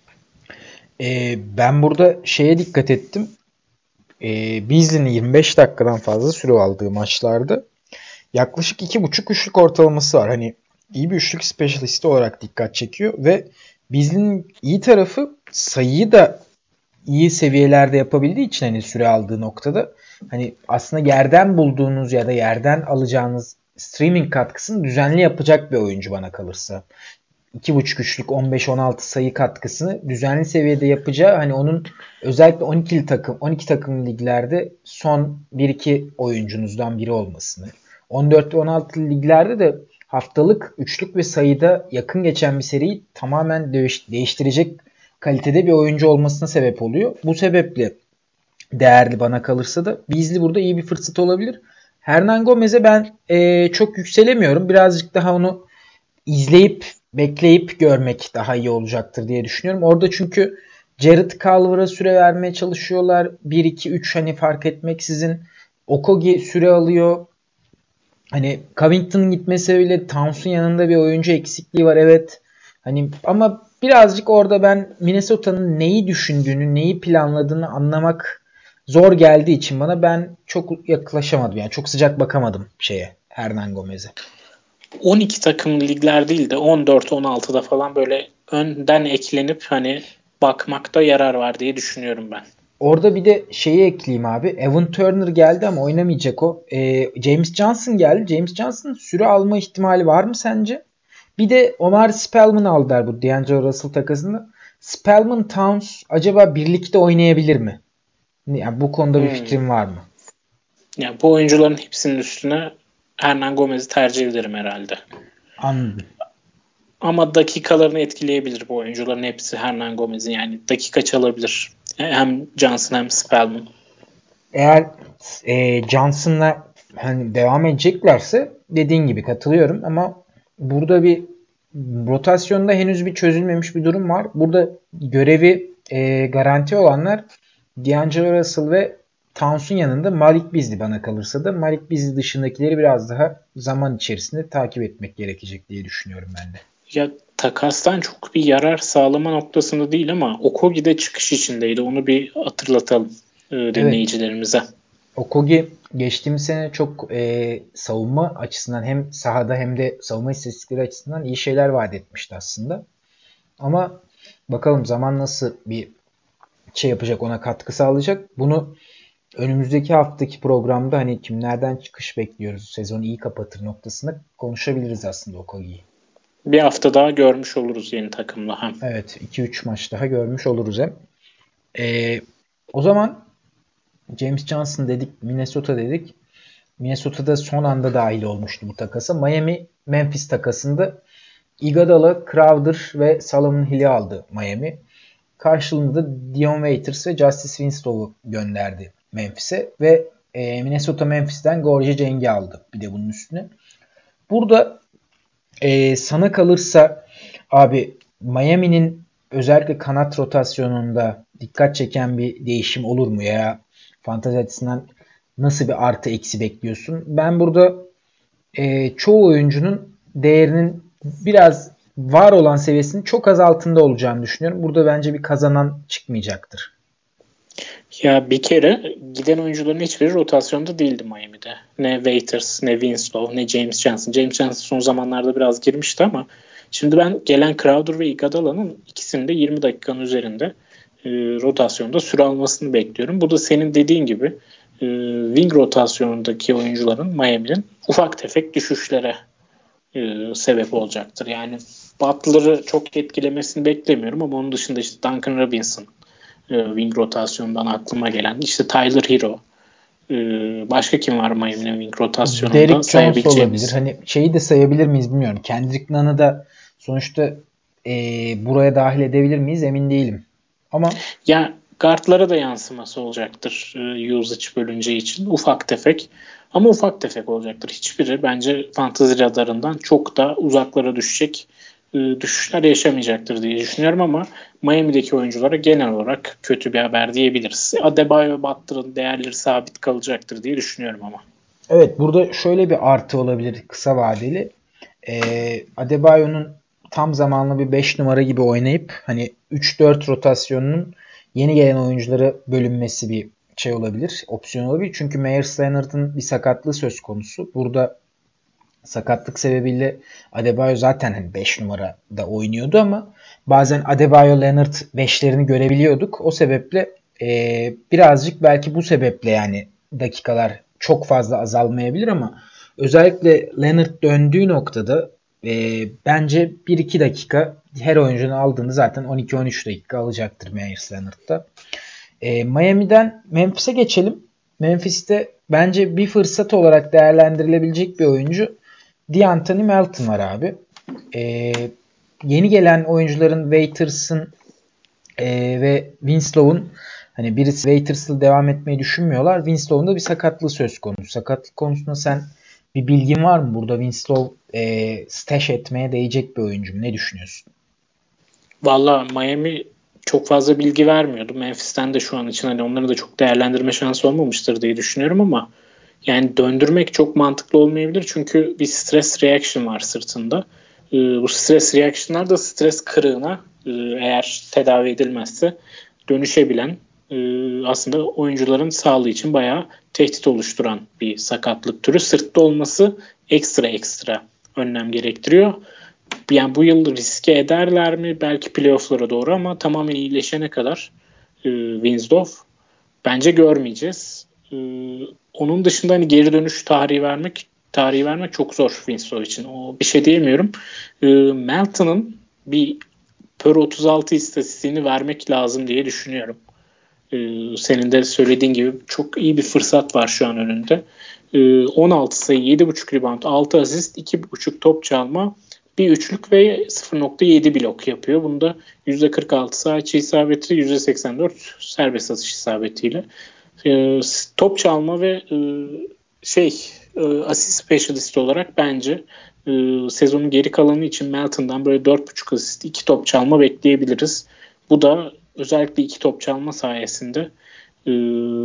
Ee, ben burada şeye dikkat ettim. Ee, Beasley'nin yirmi beş dakikadan fazla süre aldığı maçlarda yaklaşık iki buçuk üçlük ortalaması var. Hani iyi bir üçlük specialisti olarak dikkat çekiyor ve Beasley'nin iyi tarafı sayıyı da iyi seviyelerde yapabildiği için hani süre aldığı noktada hani aslında yerden bulduğunuz ya da yerden alacağınız streaming katkısını düzenli yapacak bir oyuncu bana kalırsa. iki buçuk üçlük on beş on altı sayı katkısını düzenli seviyede yapacağı, hani onun özellikle on ikili takım on iki takım liglerde son bir iki oyuncunuzdan biri olmasını, on dört ve on altı liglerde de haftalık üçlük ve sayıda yakın geçen bir seriyi tamamen değiş- değiştirecek kalitede bir oyuncu olmasına sebep oluyor. Bu sebeple değerli bana kalırsa da Beasley burada iyi bir fırsat olabilir. Hernan Gomez'e ben e, çok yükselemiyorum. Birazcık daha onu izleyip bekleyip görmek daha iyi olacaktır diye düşünüyorum. Orada çünkü Jared Culver'a süre vermeye çalışıyorlar. bir iki üç hani fark etmeksizin Okogie süre alıyor. Hani Covington'ın gitmesi öyle, Towns'un yanında bir oyuncu eksikliği var evet. Hani ama birazcık orada ben Minnesota'nın neyi düşündüğünü, neyi planladığını anlamak zor geldiği için bana ben çok yaklaşamadım. Yani çok sıcak bakamadım şeye, Hernan Gomez'e. on iki takım ligler değil de on dört on altıda falan böyle önden eklenip hani bakmakta yarar var diye düşünüyorum ben. Orada bir de şeyi ekleyeyim abi. Evan Turner geldi ama oynamayacak o. Ee, James Johnson geldi. James Johnson'ın süre alma ihtimali var mı sence? Bir de Omar Spellman aldılar bu D'Angelo Russell takasında. Spellman Towns acaba birlikte oynayabilir mi? Yani bu konuda bir Hmm. fikrin var mı? Yani bu oyuncuların hepsinin üstüne Hernan Gomez'i tercih ederim herhalde. Anladım. Ama dakikalarını etkileyebilir bu oyuncuların hepsi Hernan Gomez'in. Yani dakika çalabilir. Hem Johnson hem Spellman. Eğer e, Johnson'la hani devam edeceklerse dediğin gibi katılıyorum ama burada bir rotasyonda henüz bir çözülmemiş bir durum var. Burada görevi e, garanti olanlar D'Angelo Russell ve Towns'un yanında Malik Beasley bana kalırsa da Malik Beasley dışındakileri biraz daha zaman içerisinde takip etmek gerekecek diye düşünüyorum ben de. Ya takastan çok bir yarar sağlama noktasında değil ama Okogie de çıkış içindeydi. Onu bir hatırlatalım e, Evet. dinleyicilerimize. Okogie geçtiğimiz sene çok e, savunma açısından hem sahada hem de savunma istatistikleri açısından iyi şeyler vaat etmişti aslında. Ama bakalım zaman nasıl bir şey yapacak, ona katkı sağlayacak. Bunu önümüzdeki haftaki programda hani kimlerden çıkış bekliyoruz, sezonu iyi kapatır noktasında konuşabiliriz aslında Okogie'yi. Bir hafta daha görmüş oluruz yeni takımla hem. Evet, iki üç maç daha görmüş oluruz hem. E, o zaman James Johnson dedik, Minnesota dedik. Minnesota'da son anda dahil olmuştu bu takasa. Miami Memphis takasında Iguodala, Crowder ve Solomon Hill'i aldı Miami. Karşılığında da Dion Waiters ve Justice Winslow'u gönderdi Memphis'e ve e, Minnesota Memphis'ten Gorgui Dieng'i aldı bir de bunun üstüne. Burada e, sana kalırsa abi Miami'nin özellikle kanat rotasyonunda dikkat çeken bir değişim olur mu ya? Fantezi açısından nasıl bir artı eksi bekliyorsun? Ben burada e, çoğu oyuncunun değerinin biraz var olan seviyesinin çok az altında olacağını düşünüyorum. Burada bence bir kazanan çıkmayacaktır. Ya bir kere giden oyuncuların hiçbiri rotasyonda değildi Miami'de. Ne Waiters, ne Winslow, ne James Johnson. James Johnson son zamanlarda biraz girmişti ama şimdi ben gelen Crowder ve Iguodala'nın ikisinin de yirmi dakikanın üzerinde e, rotasyonda süre almasını bekliyorum. Bu da senin dediğin gibi e, wing rotasyonundaki oyuncuların Miami'nin ufak tefek düşüşlere e, sebep olacaktır. Yani Butler'ı çok etkilemesini beklemiyorum ama onun dışında işte Duncan Robinson, e, wing rotasyonundan aklıma gelen işte Tyler Hero, e, başka kim var Miami'nin wing rotasyonunda Derek Jones olabilir. sayabileceğimiz? Hani şeyi de sayabilir miyiz bilmiyorum. Kendrick Nunn'ı da sonuçta e, buraya dahil edebilir miyiz emin değilim. Ama Ya guardlara da yansıması olacaktır e, usage bölüneceği için ufak tefek ama ufak tefek olacaktır. Hiçbiri bence fantezi radarından çok da uzaklara düşecek e, düşüşler yaşamayacaktır diye düşünüyorum ama Miami'deki oyunculara genel olarak kötü bir haber diyebiliriz. Adebayo ve Butler'ın değerleri sabit kalacaktır diye düşünüyorum ama. evet, burada şöyle bir artı olabilir kısa vadeli. E, Adebayo'nun tam zamanlı bir beş numara gibi oynayıp hani üç dört rotasyonunun yeni gelen oyunculara bölünmesi bir şey olabilir. Opsiyon olabilir. Çünkü Meyers Leonard'ın bir sakatlığı söz konusu. Burada sakatlık sebebiyle Adebayo zaten hani beş numarada oynuyordu ama bazen Adebayo Leonard beşlerini görebiliyorduk. O sebeple e, birazcık belki bu sebeple yani dakikalar çok fazla azalmayabilir ama özellikle Leonard döndüğü noktada e, bence bir iki dakika her oyuncunun aldığını zaten on iki on üç dakika alacaktır Myers Leonard'da. E, Miami'den Memphis'e geçelim. Memphis'te bence bir fırsat olarak değerlendirilebilecek bir oyuncu D'Anthony Melton var abi. Ee, yeni gelen oyuncuların Waiters'ın e, ve Winslow'un Hani birisi Waiters'la devam etmeyi düşünmüyorlar. Winslow'un da bir sakatlığı söz konusu. Sakatlık konusunda sen bir bilgin var mı? Burada Winslow e, stash etmeye değecek bir oyuncu mu? Ne düşünüyorsun? Valla Miami çok fazla bilgi vermiyordu. Memphis'ten de şu an için hani onları da çok değerlendirme şansı olmamıştır diye düşünüyorum ama yani döndürmek çok mantıklı olmayabilir çünkü bir stres reaction var sırtında. Ee, bu stres reaction'lar da stres kırığına e, eğer tedavi edilmezse dönüşebilen e, aslında oyuncuların sağlığı için bayağı tehdit oluşturan bir sakatlık türü. Sırtta olması ekstra ekstra önlem gerektiriyor. Yani bu yıl riske ederler mi? Belki playoff'lara doğru ama tamamen iyileşene kadar e, Winslow bence görmeyeceğiz. E, onun dışında hani geri dönüş tarihi vermek tarihi vermek çok zor Winslow için. O bir şey diyemiyorum. E, Melton'ın bir per otuz altı istatistiğini vermek lazım diye düşünüyorum. E, senin de söylediğin gibi çok iyi bir fırsat var şu an önünde. E, on altı sayı, yedi buçuk rebound, altı asist, iki buçuk top çalma, bir üçlük ve sıfır nokta yedi blok yapıyor. Bunda yüzde kırk altı sağ içi isabeti, yüzde seksen dört serbest atış isabetiyle. E, top çalma ve e, şey e, asist specialist olarak bence e, sezonun geri kalanı için Melton'dan böyle dört buçuk asist, iki top çalma bekleyebiliriz. Bu da özellikle iki top çalma sayesinde e,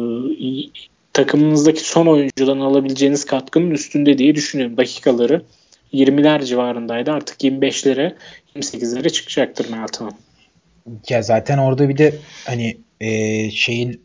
takımınızdaki son oyuncudan alabileceğiniz katkının üstünde diye düşünüyorum. Dakikaları yirmiler civarındaydı. Artık yirmi beşlere yirmi sekizlere çıkacaktır Melton. Ya zaten orada bir de hani e, şeyin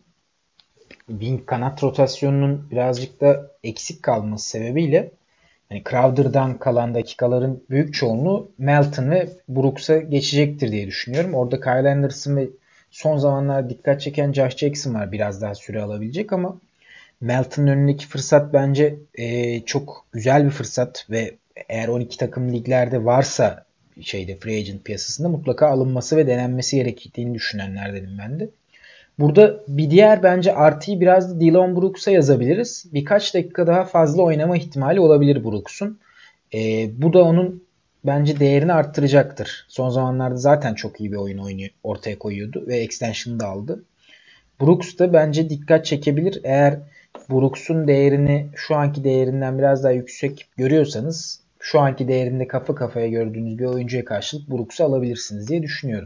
wing kanat rotasyonunun birazcık da eksik kalması sebebiyle hani Crowder'dan kalan dakikaların büyük çoğunluğu Melton ve Brooks'a geçecektir diye düşünüyorum. Orada Kyle Anderson ve son zamanlarda dikkat çeken Josh Jackson var, biraz daha süre alabilecek ama Melton'un önündeki fırsat bence e, çok güzel bir fırsat ve eğer on iki takım liglerde varsa şeyde free agent piyasasında mutlaka alınması ve denenmesi gerektiğini düşünenlerdenim ben de. Burada bir diğer bence artıyı biraz da Dillon Brooks'a yazabiliriz. Birkaç dakika daha fazla oynama ihtimali olabilir Brooks'un. E, bu da onun bence değerini arttıracaktır. Son zamanlarda zaten çok iyi bir oyun oynuyor, ortaya koyuyordu ve extension'ı da aldı. Brooks da bence dikkat çekebilir. Eğer Brooks'un değerini şu anki değerinden biraz daha yüksek görüyorsanız şu anki değerinde kafa kafaya gördüğünüz bir oyuncuya karşılık Brooks'u alabilirsiniz diye düşünüyorum.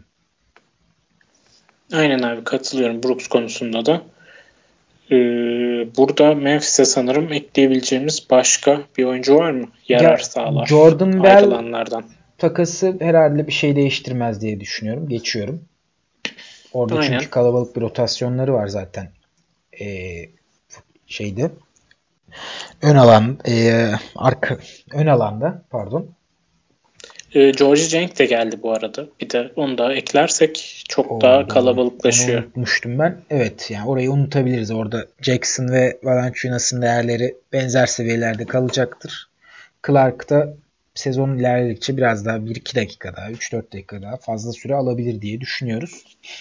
Aynen abi, katılıyorum Brooks konusunda da. Ee, burada Memphis'e sanırım ekleyebileceğimiz başka bir oyuncu var mı? Yarar Ya sağlar Jordan Bell ayrılanlardan. takası herhalde bir şey değiştirmez diye düşünüyorum. Geçiyorum. Orada çünkü Aynen. kalabalık bir rotasyonları var zaten. Ee, şeyde ön alan e, arka ön alanda pardon. Ee, Georgie Cenk de geldi bu arada. Bir de onu da eklersek çok O daha doğru. Onu kalabalıklaşıyor. unutmuştum ben. Evet, yani orayı unutabiliriz. Orada Jackson ve Valanciunas'ın değerleri benzer seviyelerde kalacaktır. Clark da sezon ilerledikçe biraz daha bir iki dakika daha, üç dört dakika daha fazla süre alabilir diye düşünüyoruz.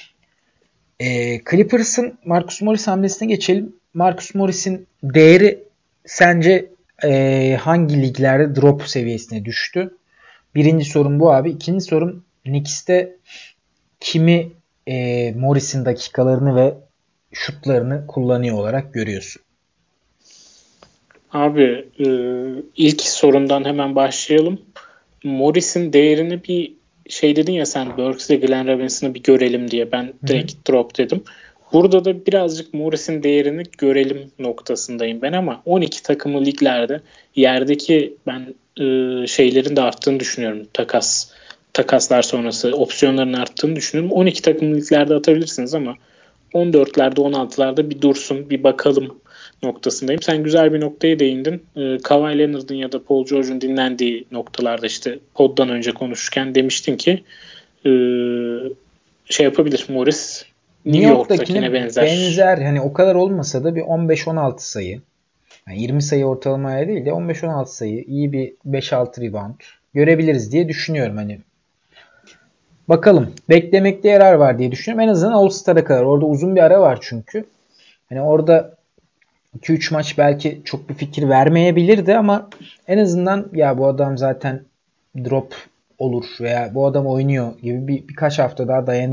Ee, Clippers'ın Marcus Morris hamlesine geçelim. Marcus Morris'in değeri sence e, hangi liglerde drop seviyesine düştü? Birinci sorum bu abi. İkinci sorum, Knicks'te kimi e, Morris'in dakikalarını ve şutlarını kullanıyor olarak görüyorsun? Abi e, ilk sorundan hemen başlayalım. Morris'in değerini bir şey dedin ya sen, Burks ile Glenn Robinson'ı bir görelim diye. Ben Hı hı. direkt drop dedim. Burada da birazcık Morris'in değerini görelim noktasındayım ben ama on iki takımlı liglerde yerdeki ben e, şeylerin de arttığını düşünüyorum. Takas takaslar sonrası opsiyonların arttığını düşünüyorum. on iki takımlı liglerde atabilirsiniz ama on dörtlerde on altılarda bir dursun bir bakalım noktasındayım. Sen güzel bir noktaya değindin. Ee, Kawhi Leonard'ın ya da Paul George'un dinlendiği noktalarda işte poddan önce konuşurken demiştin ki e, şey yapabilir Morris, New New York'takine York'takine benzer. benzer, hani o kadar olmasa da bir on beş on altı sayı. Yani yirmi sayı ortalamaya değil de on beş on altı sayı, iyi bir beş altı rebound görebiliriz diye düşünüyorum. Hani bakalım, beklemekte yarar var diye düşünüyorum. En azından All Star'a kadar. Orada uzun bir ara var çünkü. Hani orada iki üç maç belki çok bir fikir vermeyebilirdi ama en azından ya bu adam zaten drop olur veya bu adam oynuyor gibi bir birkaç hafta daha dayanayım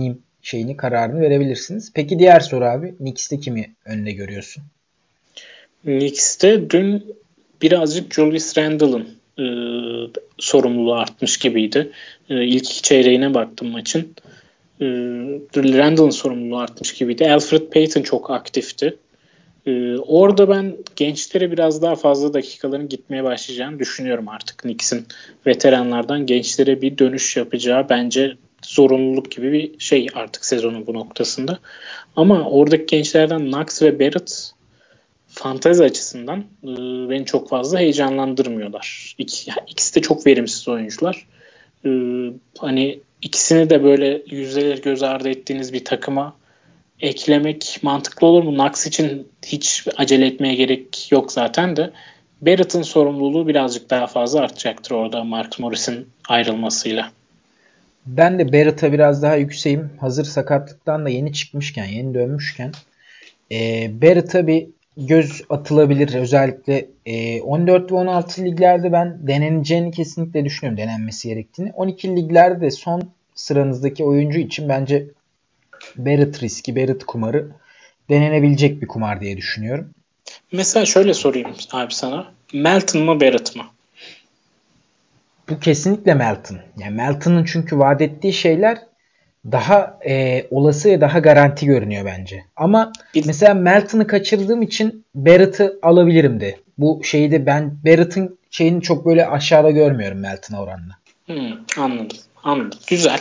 şeyini kararını verebilirsiniz. Peki diğer soru abi. Knicks'te kimi önde görüyorsun? Knicks'te dün birazcık Julius Randle'ın e, sorumluluğu artmış gibiydi. E, ilk iki çeyreğine baktım maçın. E, Randle'ın sorumluluğu artmış gibiydi. Elfrid Payton çok aktifti. E, orada ben gençlere biraz daha fazla dakikaların gitmeye başlayacağını düşünüyorum artık. Knicks'in veteranlardan gençlere bir dönüş yapacağı bence zorunluluk gibi bir şey artık sezonun bu noktasında. Ama oradaki gençlerden Knox ve Barrett fantezi açısından e, beni çok fazla heyecanlandırmıyorlar. İki, ikisi de çok verimsiz oyuncular. E, hani ikisini de böyle yüzdeleri göz ardı ettiğiniz bir takıma eklemek mantıklı olur mu? Knox için hiç acele etmeye gerek yok zaten de. Barrett'ın sorumluluğu birazcık daha fazla artacaktır orada Mark Morris'in ayrılmasıyla. Ben de Barrett'a biraz daha yükseğim. Hazır sakatlıktan da yeni çıkmışken, yeni dönmüşken e, Barrett'a bir göz atılabilir. Özellikle e, on dört ve on altı liglerde ben deneneceğini kesinlikle düşünüyorum. Denenmesi gerektiğini. on iki liglerde de son sıranızdaki oyuncu için bence Barrett riski, Barrett kumarı denenebilecek bir kumar diye düşünüyorum. Mesela şöyle sorayım abi sana. Melton mu Barrett mı? Bu kesinlikle Melton. Yani Melton'un çünkü vaat ettiği şeyler daha e, olası ve daha garanti görünüyor bence. Ama Bir, mesela Melton'u kaçırdığım için Barrett'ı alabilirim de. Bu şeyi de ben Barrett'ın şeyini çok böyle aşağıda görmüyorum Melton'a oranla. hmm, anladım. Anladım. Güzel.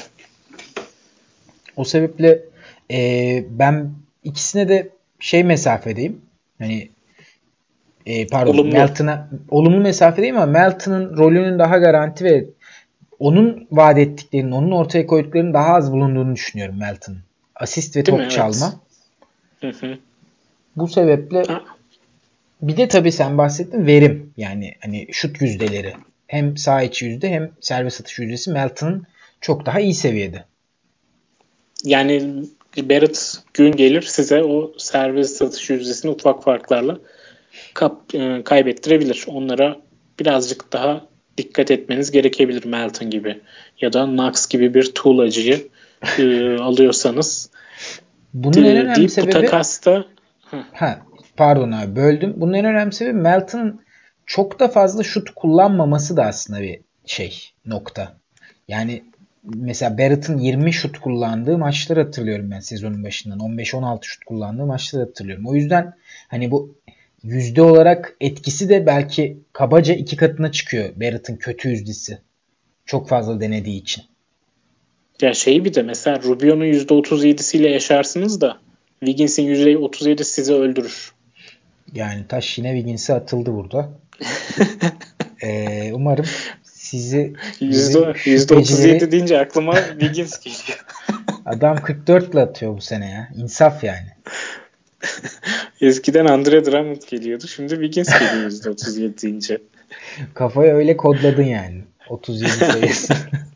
O sebeple e, ben ikisine de şey mesafedeyim. Hani e, pardon Olumlu. Melton'a olumlu mesafedeyim ama Melton'ın rolünün daha garanti ve onun vaat ettiklerinin, onun ortaya koyduklarının daha az bulunduğunu düşünüyorum Melton'ın. Asist ve Değil mi? top Evet. çalma. Hı hı. Bu sebeple Ha, bir de tabii sen bahsettin verim. Yani hani şut yüzdeleri. Hem sağ içi yüzde hem serbest atış yüzdesi Melton'ın çok daha iyi seviyede. yani Barrett gün gelir size o serbest satış yüzdesini ufak farklarla kap, e, kaybettirebilir. Onlara birazcık daha dikkat etmeniz gerekebilir Melton gibi ya da Knox gibi bir tuğlacıyı e, alıyorsanız Bunun en de, önemli deyip bu sebebi takasta heh, ha pardon abi böldüm. Bunun en önemli sebebi Melton'ın çok da fazla şut kullanmaması da aslında bir şey nokta. Yani mesela Barrett'ın yirmi şut kullandığı maçları hatırlıyorum ben sezonun başından. on beş on altı şut kullandığı maçları hatırlıyorum. O yüzden hani bu yüzde olarak etkisi de belki kabaca iki katına çıkıyor Barrett'ın kötü yüzdesi. Çok fazla denediği için. ya şeyi bir de mesela Rubio'nun yüzde otuz yedisiyle yaşarsınız da Wiggins'in yüzde otuz yedisi sizi öldürür. Yani taş yine Wiggins'e atıldı burada. Ee, umarım sizi gibi yüzde yüzde otuz yedi şüphecileri deyince aklıma Wiggins geliyor. adam kırk dört ile atıyor bu sene ya. İnsaf yani. Eskiden Andre Drummond geliyordu. Şimdi Wiggins geliyor yüzde otuz yedi deyince. Kafayı öyle kodladın yani. otuz yedi sayısı.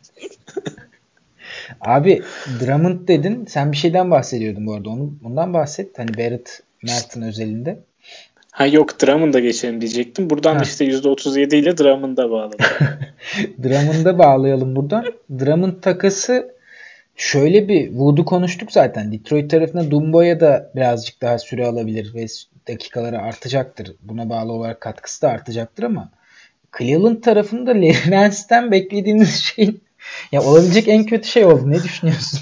Abi Drummond dedin. Sen bir şeyden bahsediyordun bu arada. Onu, ondan bahset. Hani Barrett Melton özelinde. Ha yok Drummond'a geçelim diyecektim. Buradan da Ha. işte yüzde otuz yedi ile Drummond'a bağladım. Drummond'a bağlayalım buradan. Drummond takası şöyle bir Wood'u konuştuk zaten. Detroit tarafına Dumbo'ya da birazcık daha süre alabilir ve dakikaları artacaktır. Buna bağlı olarak katkısı da artacaktır ama Cleveland tarafında Larry Nance'den beklediğiniz şey ya olabilecek en kötü şey oldu. Ne düşünüyorsun?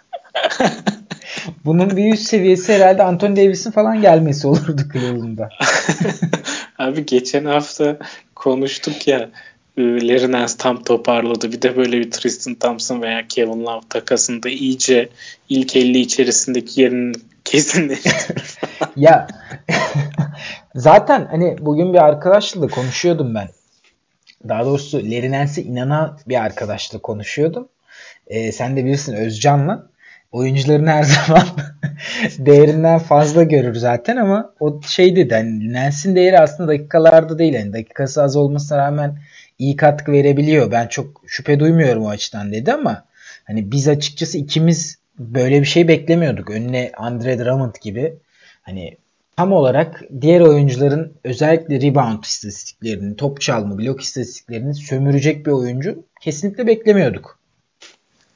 Bunun bir üst seviyesi herhalde Anthony Davis'in falan gelmesi olurdu Cleveland'da. Abi geçen hafta konuştuk ya e, Larry Nance tam toparladı. Bir de böyle bir Tristan Thompson veya Kevin Love takasında iyice ilk elli içerisindeki yerini kesinleştirir. Ya zaten hani bugün bir arkadaşla da konuşuyordum ben. Daha doğrusu Larry Nance'e inanan bir arkadaşla konuşuyordum. Ee, sen de bilirsin Özcan'la. Oyuncuların her zaman değerinden fazla görür zaten ama o şey dedi hani Nance'in değeri aslında dakikalarda değil. Yani dakikası az olmasına rağmen iyi katkı verebiliyor. Ben çok şüphe duymuyorum o açıdan dedi ama hani biz açıkçası ikimiz böyle bir şey beklemiyorduk. Önüne Andre Drummond gibi hani tam olarak diğer oyuncuların özellikle rebound istatistiklerini, top çalma, blok istatistiklerini sömürecek bir oyuncu kesinlikle beklemiyorduk.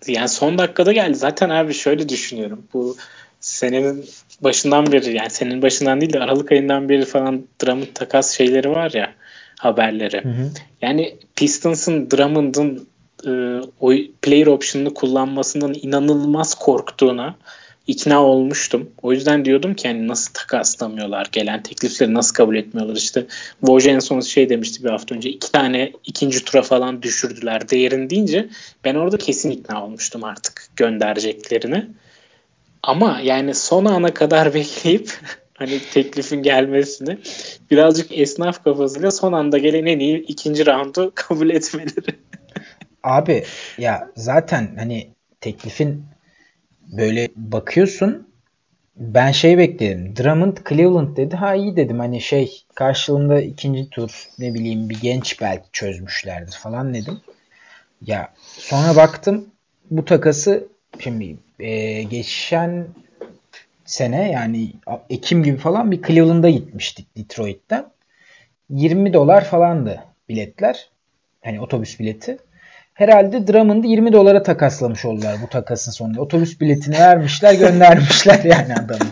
Yani son dakikada geldi. Zaten abi şöyle düşünüyorum. Bu senenin başından beri, yani senenin başından değil de Aralık ayından beri falan Drummond takas şeyleri var ya, haberleri. Hı hı. Yani Pistons'ın Drummond'ın e, o player option'ını kullanmasından inanılmaz korktuğuna ikna olmuştum. O yüzden diyordum ki yani nasıl takaslamıyorlar, gelen teklifleri nasıl kabul etmiyorlar. İşte Woj en son şey demişti bir hafta önce, iki tane ikinci tura falan düşürdüler değerini deyince ben orada kesin ikna olmuştum artık göndereceklerini. Ama yani son ana kadar bekleyip hani teklifin gelmesini, birazcık esnaf kafasıyla son anda gelen en iyi ikinci roundu kabul etmeleri. Abi ya zaten hani teklifin böyle bakıyorsun, ben şey bekledim. Drummond Cleveland dedi. Ha iyi dedim, hani şey karşılığında ikinci tur ne bileyim bir genç belki çözmüşlerdir falan dedim. Ya sonra baktım bu takası şimdi e, geçen sene yani Ekim gibi falan bir Cleveland'a gitmiştik Detroit'ten. yirmi dolar falandı biletler. Hani otobüs bileti. Herhalde Drummond'ı yirmi dolara takaslamış oldular bu takasın sonunda. Otobüs biletini vermişler, göndermişler yani adamı.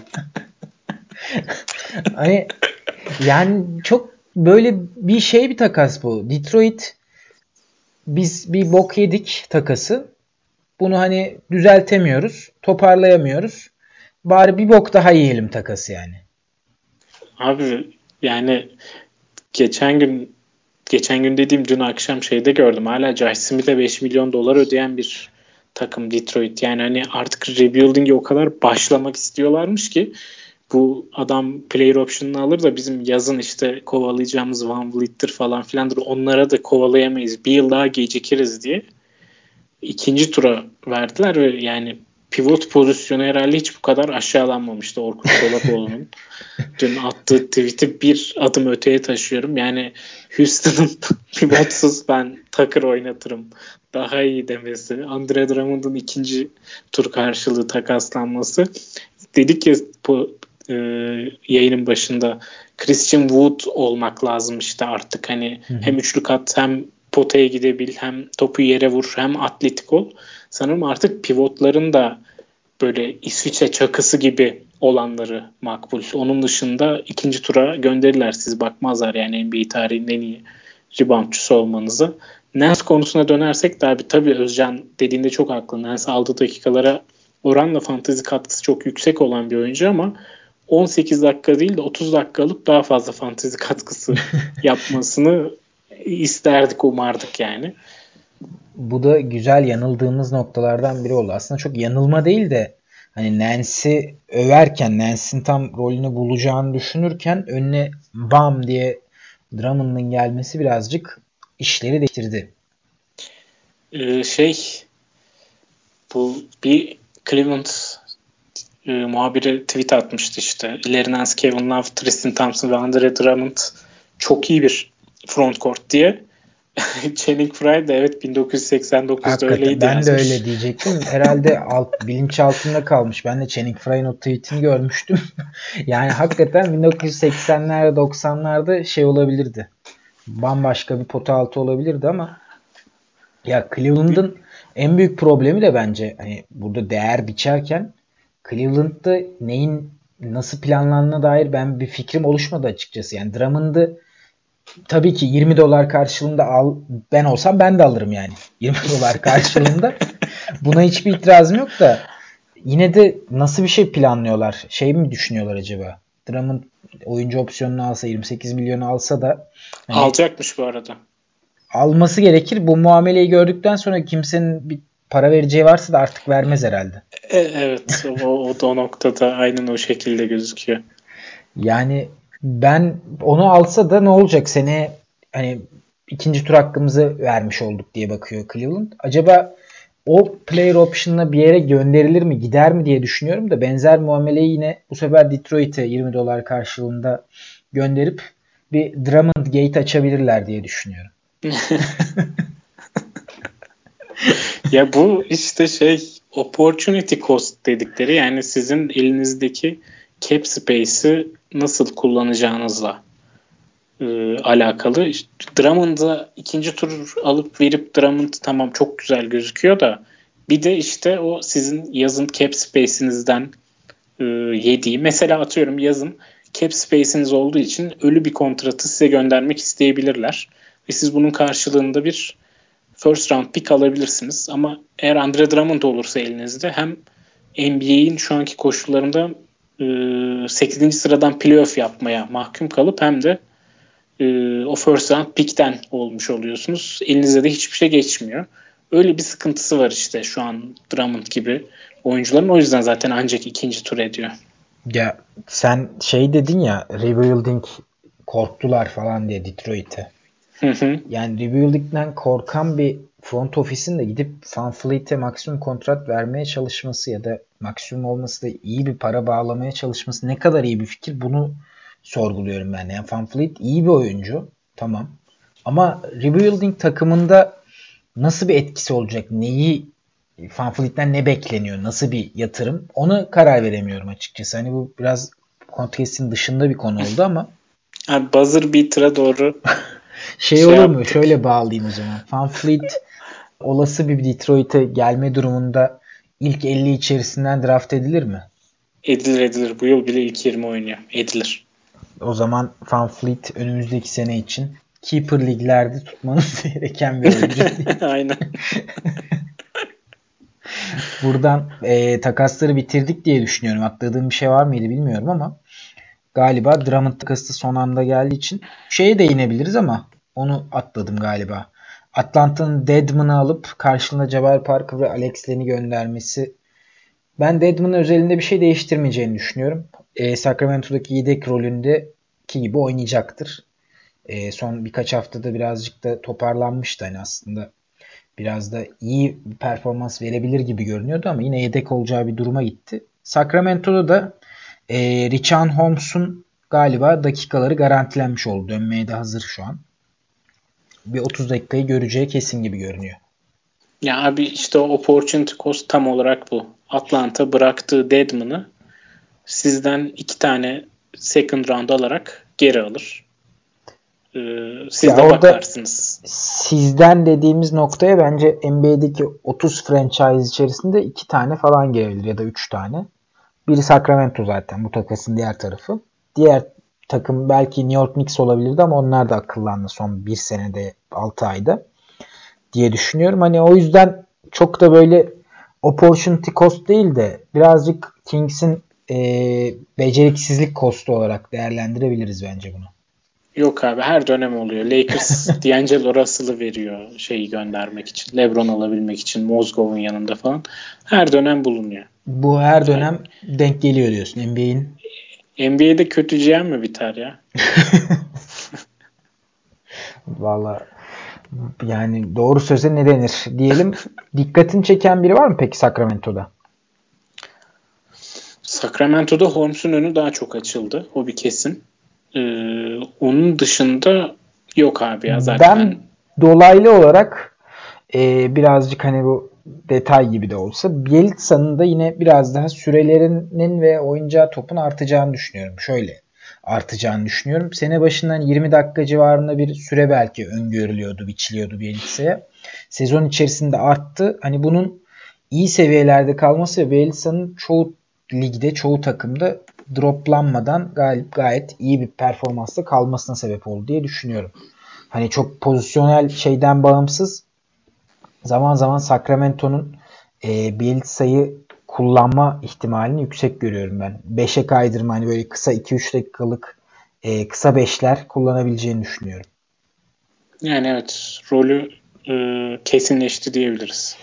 Hani yani çok böyle bir şey bir takas bu. Detroit, biz bir bok yedik takası. Bunu hani düzeltemiyoruz, toparlayamıyoruz. Bari bir bok daha yiyelim takası yani. Abi yani geçen gün geçen gün dediğim dün akşam şeyde gördüm. Hala Josh Smith'e beş milyon dolar ödeyen bir takım Detroit. Yani hani artık rebuilding'e o kadar başlamak istiyorlarmış ki bu adam player option'ını alır da bizim yazın işte kovalayacağımız Van Vliet'tir falan filandır, onlara da kovalayamayız, bir yıl daha gecikiriz diye ikinci tura verdiler ve yani pivot pozisyonu herhalde hiç bu kadar aşağılanmamıştı Orkun Çolakoğlu'nun. Dün attığı tweet'i bir adım öteye taşıyorum. Yani Houston'ın pivotsuz ben Tucker oynatırım daha iyi demesi, Andre Drummond'un ikinci tur karşılığı takaslanması. Dedik ya bu e, yayının başında, Christian Wood olmak lazım işte artık, hani Hı hı. hem üçlük at, hem potaya gidebil, hem topu yere vur, hem atletik ol. Sanırım artık pivotların da böyle İsviçre çakısı gibi olanları makbul. Onun dışında ikinci tura gönderirler. Siz bakmazlar yani N B A tarihinin en iyi reboundçusu olmanızı. Nance konusuna dönersek de abi tabii Özcan dediğinde çok haklı. Nance aldığı dakikalara oranla fantezi katkısı çok yüksek olan bir oyuncu ama on sekiz dakika değil de otuz dakika alıp daha fazla fantezi katkısı yapmasını isterdik, umardık yani. Bu da güzel yanıldığımız noktalardan biri oldu. Aslında çok yanılma değil de hani Nance'i överken, Nance'in tam rolünü bulacağını düşünürken önüne bam diye Drummond'ın gelmesi birazcık işleri değiştirdi. Ee, şey bu bir Cleveland e, muhabiri tweet atmıştı işte. Larry Nance, Kevin Love, Tristan Thompson ve Andre Drummond çok iyi bir frontcourt diye. Channing Frye de evet bin dokuz yüz seksen dokuzda Hakikaten öyleydi ben de yazmış. öyle diyecektim. Herhalde alt, bilinç altında kalmış. Ben de Channing Frye'ın o tweetini görmüştüm. Yani hakikaten bin dokuz yüz seksenlerde doksanlarda şey olabilirdi. Bambaşka bir pota altı olabilirdi ama ya Cleveland'ın en büyük problemi de bence hani burada değer biçerken Cleveland'da neyin nasıl planlandığına dair ben bir fikrim oluşmadı açıkçası. Yani Drummond'ı tabii ki yirmi dolar karşılığında al, ben olsam ben de alırım yani. yirmi dolar karşılığında. Buna hiçbir itirazım yok da yine de nasıl bir şey planlıyorlar? Şey mi düşünüyorlar acaba? Drummond oyuncu opsiyonunu alsa, yirmi sekiz milyonu alsa da hani Alacakmış bu arada. alması gerekir. Bu muameleyi gördükten sonra kimsenin bir para vereceği varsa da artık vermez herhalde. E, evet o, o da o noktada aynen o şekilde gözüküyor. Yani ben onu alsa da ne olacak? Seneye hani ikinci tur hakkımızı vermiş olduk diye bakıyor Cleveland. Acaba o player option'la bir yere gönderilir mi, gider mi diye düşünüyorum da benzer muameleyi yine bu sefer Detroit'e yirmi dolar karşılığında gönderip bir Drummond Gate açabilirler diye düşünüyorum. Ya bu işte şey, opportunity cost dedikleri, yani sizin elinizdeki cap space'i nasıl kullanacağınızla e, alakalı. İşte Drummond'a ikinci tur alıp verip Drummond tamam çok güzel gözüküyor da Bir de işte o sizin yazın cap space'inizden e, yediği. Mesela atıyorum yazın cap space'iniz olduğu için ölü bir kontratı size göndermek isteyebilirler. Ve siz bunun karşılığında bir first round pick alabilirsiniz. Ama eğer Andre Drummond olursa elinizde hem N B A'in şu anki koşullarında e, sekizinci sıradan playoff yapmaya mahkum kalıp hem de e, o first round pick'ten olmuş oluyorsunuz. Elinize de hiçbir şey geçmiyor. Öyle bir sıkıntısı var işte şu an Drummond gibi oyuncuların. O yüzden zaten ancak ikinci tur ediyor. Ya sen şey dedin ya, rebuilding korktular falan diye Detroit'e. Hı hı. Yani rebuilding'den korkan bir front office'in de gidip VanVleet'e maksimum kontrat vermeye çalışması ya da maksimum olması da iyi bir para bağlamaya çalışması ne kadar iyi bir fikir, bunu sorguluyorum ben. Yani VanVleet iyi bir oyuncu. Tamam. Ama rebuilding takımında nasıl bir etkisi olacak? Neyi, VanVleet'ten ne bekleniyor? Nasıl bir yatırım? Ona karar veremiyorum açıkçası. Hani bu biraz podcast'in dışında bir konu oldu ama Abi buzzer beater'a doğru şey şey olur mu? yaptık. Şöyle bağlayayım o zaman. VanVleet olası bir Detroit'e gelme durumunda ilk elli içerisinden draft edilir mi? Edilir edilir. Bu yıl bile ilk yirmi oynuyor. Edilir. O zaman VanVleet önümüzdeki sene için keeper liglerde tutmanız gereken bir oyuncu. Aynen. Buradan e, takasları bitirdik diye düşünüyorum. Atladığım bir şey var mıydı bilmiyorum ama galiba Drummond takası son anda geldiği için şeye değinebiliriz ama onu atladım galiba. Atlanta'nın Dedmon'u alıp karşılığında Jabari Parker ve Alex Len'i göndermesi, ben Dedmon'un özelinde bir şey değiştirmeyeceğini düşünüyorum. E, Sacramento'daki yedek rolündeki gibi oynayacaktır. E, son birkaç haftada birazcık da toparlanmıştı hani aslında. Biraz da iyi bir performans verebilir gibi görünüyordu ama yine yedek olacağı bir duruma gitti. Sacramento'da da e, Richaun Holmes'un galiba dakikaları garantilenmiş oldu. Dönmeye de hazır şu an. Bir otuz dakikayı göreceği kesin gibi görünüyor. Ya abi işte o opportunity cost tam olarak bu. Atlanta bıraktığı Dedmon'ı sizden iki tane second round alarak geri alır. Ee, siz Ya de orada bakarsınız. sizden dediğimiz noktaya bence N B A'deki otuz franchise içerisinde iki tane falan gelebilir ya da üç tane. Biri Sacramento zaten bu takasın diğer tarafı. Diğer takım belki New York Knicks olabilirdi ama onlar da akıllandı son bir senede, altı ayda diye düşünüyorum. Hani o yüzden çok da böyle opportunity cost değil de birazcık Kings'in e, beceriksizlik kostu olarak değerlendirebiliriz bence bunu. Yok abi her dönem oluyor. Lakers D'Angelo Russell'ı veriyor şeyi göndermek için. LeBron alabilmek için Mozgov'un yanında falan. Her dönem bulunuyor. Bu her Yani dönem denk geliyor diyorsun N B A'in. N B A'de kötü G M mi biter ya? Valla yani doğru söze ne denir diyelim. Dikkatini çeken biri var mı peki Sacramento'da? Sacramento'da Holmes'un önü daha çok açıldı. O bir kesin. Ee, onun dışında yok abi ya Ben zaten. dolaylı olarak e, birazcık hani bu detay gibi de olsa Bielitsa'nın da yine biraz daha sürelerinin ve oyuncağı topun artacağını düşünüyorum. Şöyle artacağını düşünüyorum. Sene başından yirmi dakika civarında bir süre belki öngörülüyordu, biçiliyordu Bielitsa'ya. Sezon içerisinde arttı. Hani bunun iyi seviyelerde kalması ve Bielitsa'nın çoğu ligde, çoğu takımda droplanmadan gayet, gayet iyi bir performansla kalmasına sebep oldu diye düşünüyorum. Hani çok pozisyonel şeyden bağımsız zaman zaman Sacramento'nun e, Bielitsa'yı kullanma ihtimalini yüksek görüyorum ben. beşe kaydırma, hani böyle kısa iki üç dakikalık e, kısa beşler kullanabileceğini düşünüyorum. Yani evet rolü e, kesinleşti diyebiliriz.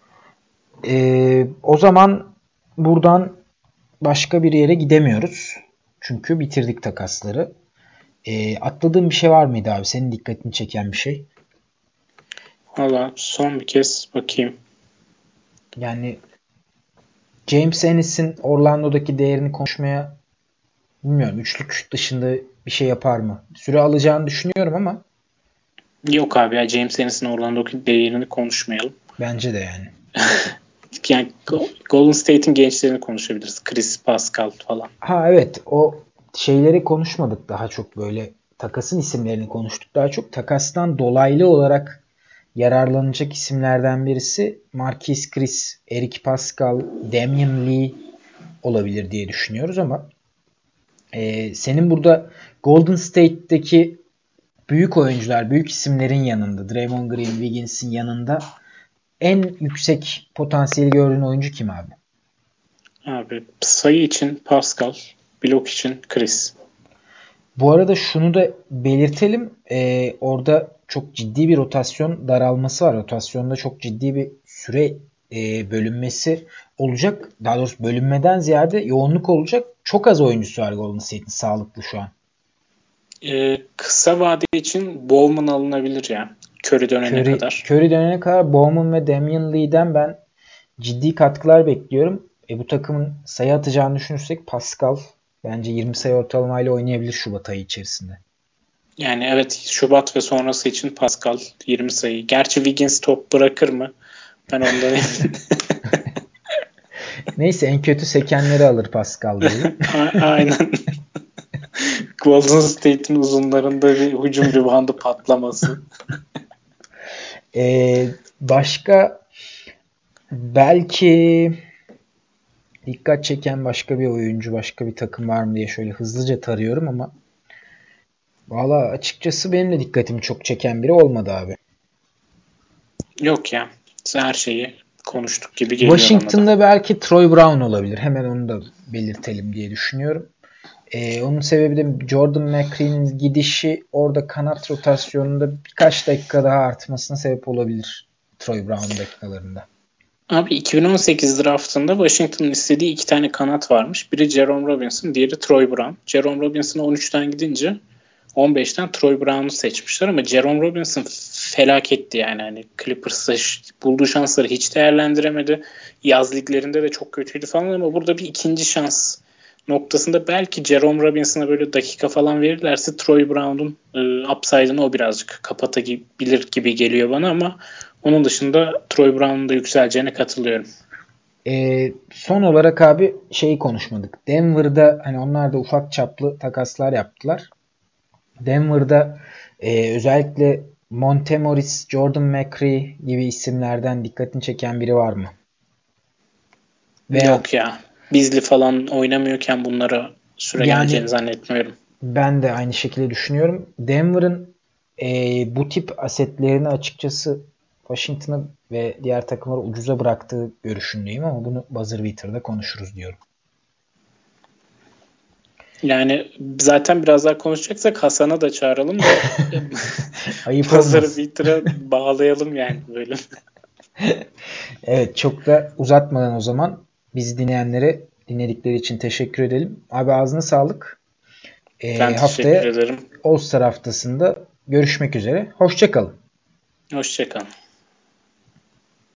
E, o zaman buradan başka bir yere gidemiyoruz. Çünkü bitirdik takasları. E, atladığım bir şey var mıydı abi? Senin dikkatini çeken bir şey? Valla son bir kez bakayım. Yani James Ennis'in Orlando'daki değerini konuşmaya, bilmiyorum, üçlük dışında bir şey yapar mı? Süre alacağını düşünüyorum ama Yok abi ya James Ennis'in Orlando'daki değerini konuşmayalım. bence de yani. Yani Golden State'in gençlerini konuşabiliriz. Chris Pascal falan. Ha evet, o şeyleri konuşmadık, daha çok böyle takasın isimlerini konuştuk. Daha çok takastan dolaylı olarak yararlanacak isimlerden birisi Marquese Chriss, Eric Paschall, Damian Lee olabilir diye düşünüyoruz ama e, senin burada Golden State'deki büyük oyuncular, büyük isimlerin yanında, Draymond Green, Wiggins'in yanında en yüksek potansiyeli gördüğün oyuncu kim abi? Abi sayı için Pascal, blok için Chris. Bu arada şunu da belirtelim. Ee, orada çok ciddi bir rotasyon daralması var. Rotasyonda çok ciddi bir süre e, bölünmesi olacak. Daha doğrusu bölünmeden ziyade yoğunluk olacak. Çok az oyuncusu var Golden State'in sağlıklı şu an. Ee, kısa vade için Bowman alınabilir ya. Curry dönene Curry, kadar. Curry dönene kadar Bowman ve Damian Lee'den ben ciddi katkılar bekliyorum. E, bu takımın sayı atacağını düşünürsek Pascal bence yirmi sayı ortalamayla oynayabilir Şubat ayı içerisinde. Yani evet, Şubat ve sonrası için Pascal yirmi sayı. Gerçi Wiggins top bırakır mı? Ben ondan eminim. Neyse, en kötü sekenleri alır Pascal diyelim. Aynen. Golden State'in uzunlarında bir hücum ribandı patlaması. Ee, başka belki dikkat çeken başka bir oyuncu, başka bir takım var mı diye şöyle hızlıca tarıyorum ama valla açıkçası benim de dikkatimi çok çeken biri olmadı abi. Yok ya. Her şeyi konuştuk gibi geliyor bana da. Washington'da belki Troy Brown olabilir. Hemen onu da belirtelim diye düşünüyorum. Ee, onun sebebi de Jordan McRae'nin gidişi orada kanat rotasyonunda birkaç dakika daha artmasına sebep olabilir Troy Brown dakikalarında. Abi iki bin on sekiz draftında Washington'ın istediği iki tane kanat varmış. Biri Jerome Robinson, diğeri Troy Brown. Jerome Robinson'a on üçten gidince on beşten Troy Brown'u seçmişler ama Jerome Robinson felaketti yani. Hani Clippers'ta bulduğu şansları hiç değerlendiremedi. Yaz liglerinde de çok kötüydü falan ama burada bir ikinci şans noktasında belki Jerome Robinson'a böyle dakika falan verirlerse Troy Brown'un e, upside'ını o birazcık kapatabilir gibi geliyor bana ama onun dışında Troy Brown'un da yükseleceğine katılıyorum. Ee, son olarak abi şeyi konuşmadık. Denver'da hani onlar da ufak çaplı takaslar yaptılar. Denver'da e, özellikle Monte Morris, Jordan McRae gibi isimlerden dikkatini çeken biri var mı? Veya Yok ya. Bizli falan oynamıyorken bunlara süre geleceğini yani zannetmiyorum. ben de aynı şekilde düşünüyorum. Denver'ın e, bu tip asetlerini açıkçası Washington'a ve diğer takımlara ucuza bıraktığı görüşündeyim ama bunu buzzer beater'da konuşuruz diyorum. Yani zaten biraz daha konuşacaksak Hasan'a da çağıralım da Ayıp Pazarı olmaz. Twitter'a bağlayalım yani böyle. Evet, çok da uzatmadan o zaman bizi dinleyenlere dinledikleri için teşekkür edelim. Abi ağzına sağlık. Ben Ee, teşekkür haftaya ederim. All-Star haftasında görüşmek üzere. Hoşça kalın. Hoşçakalın.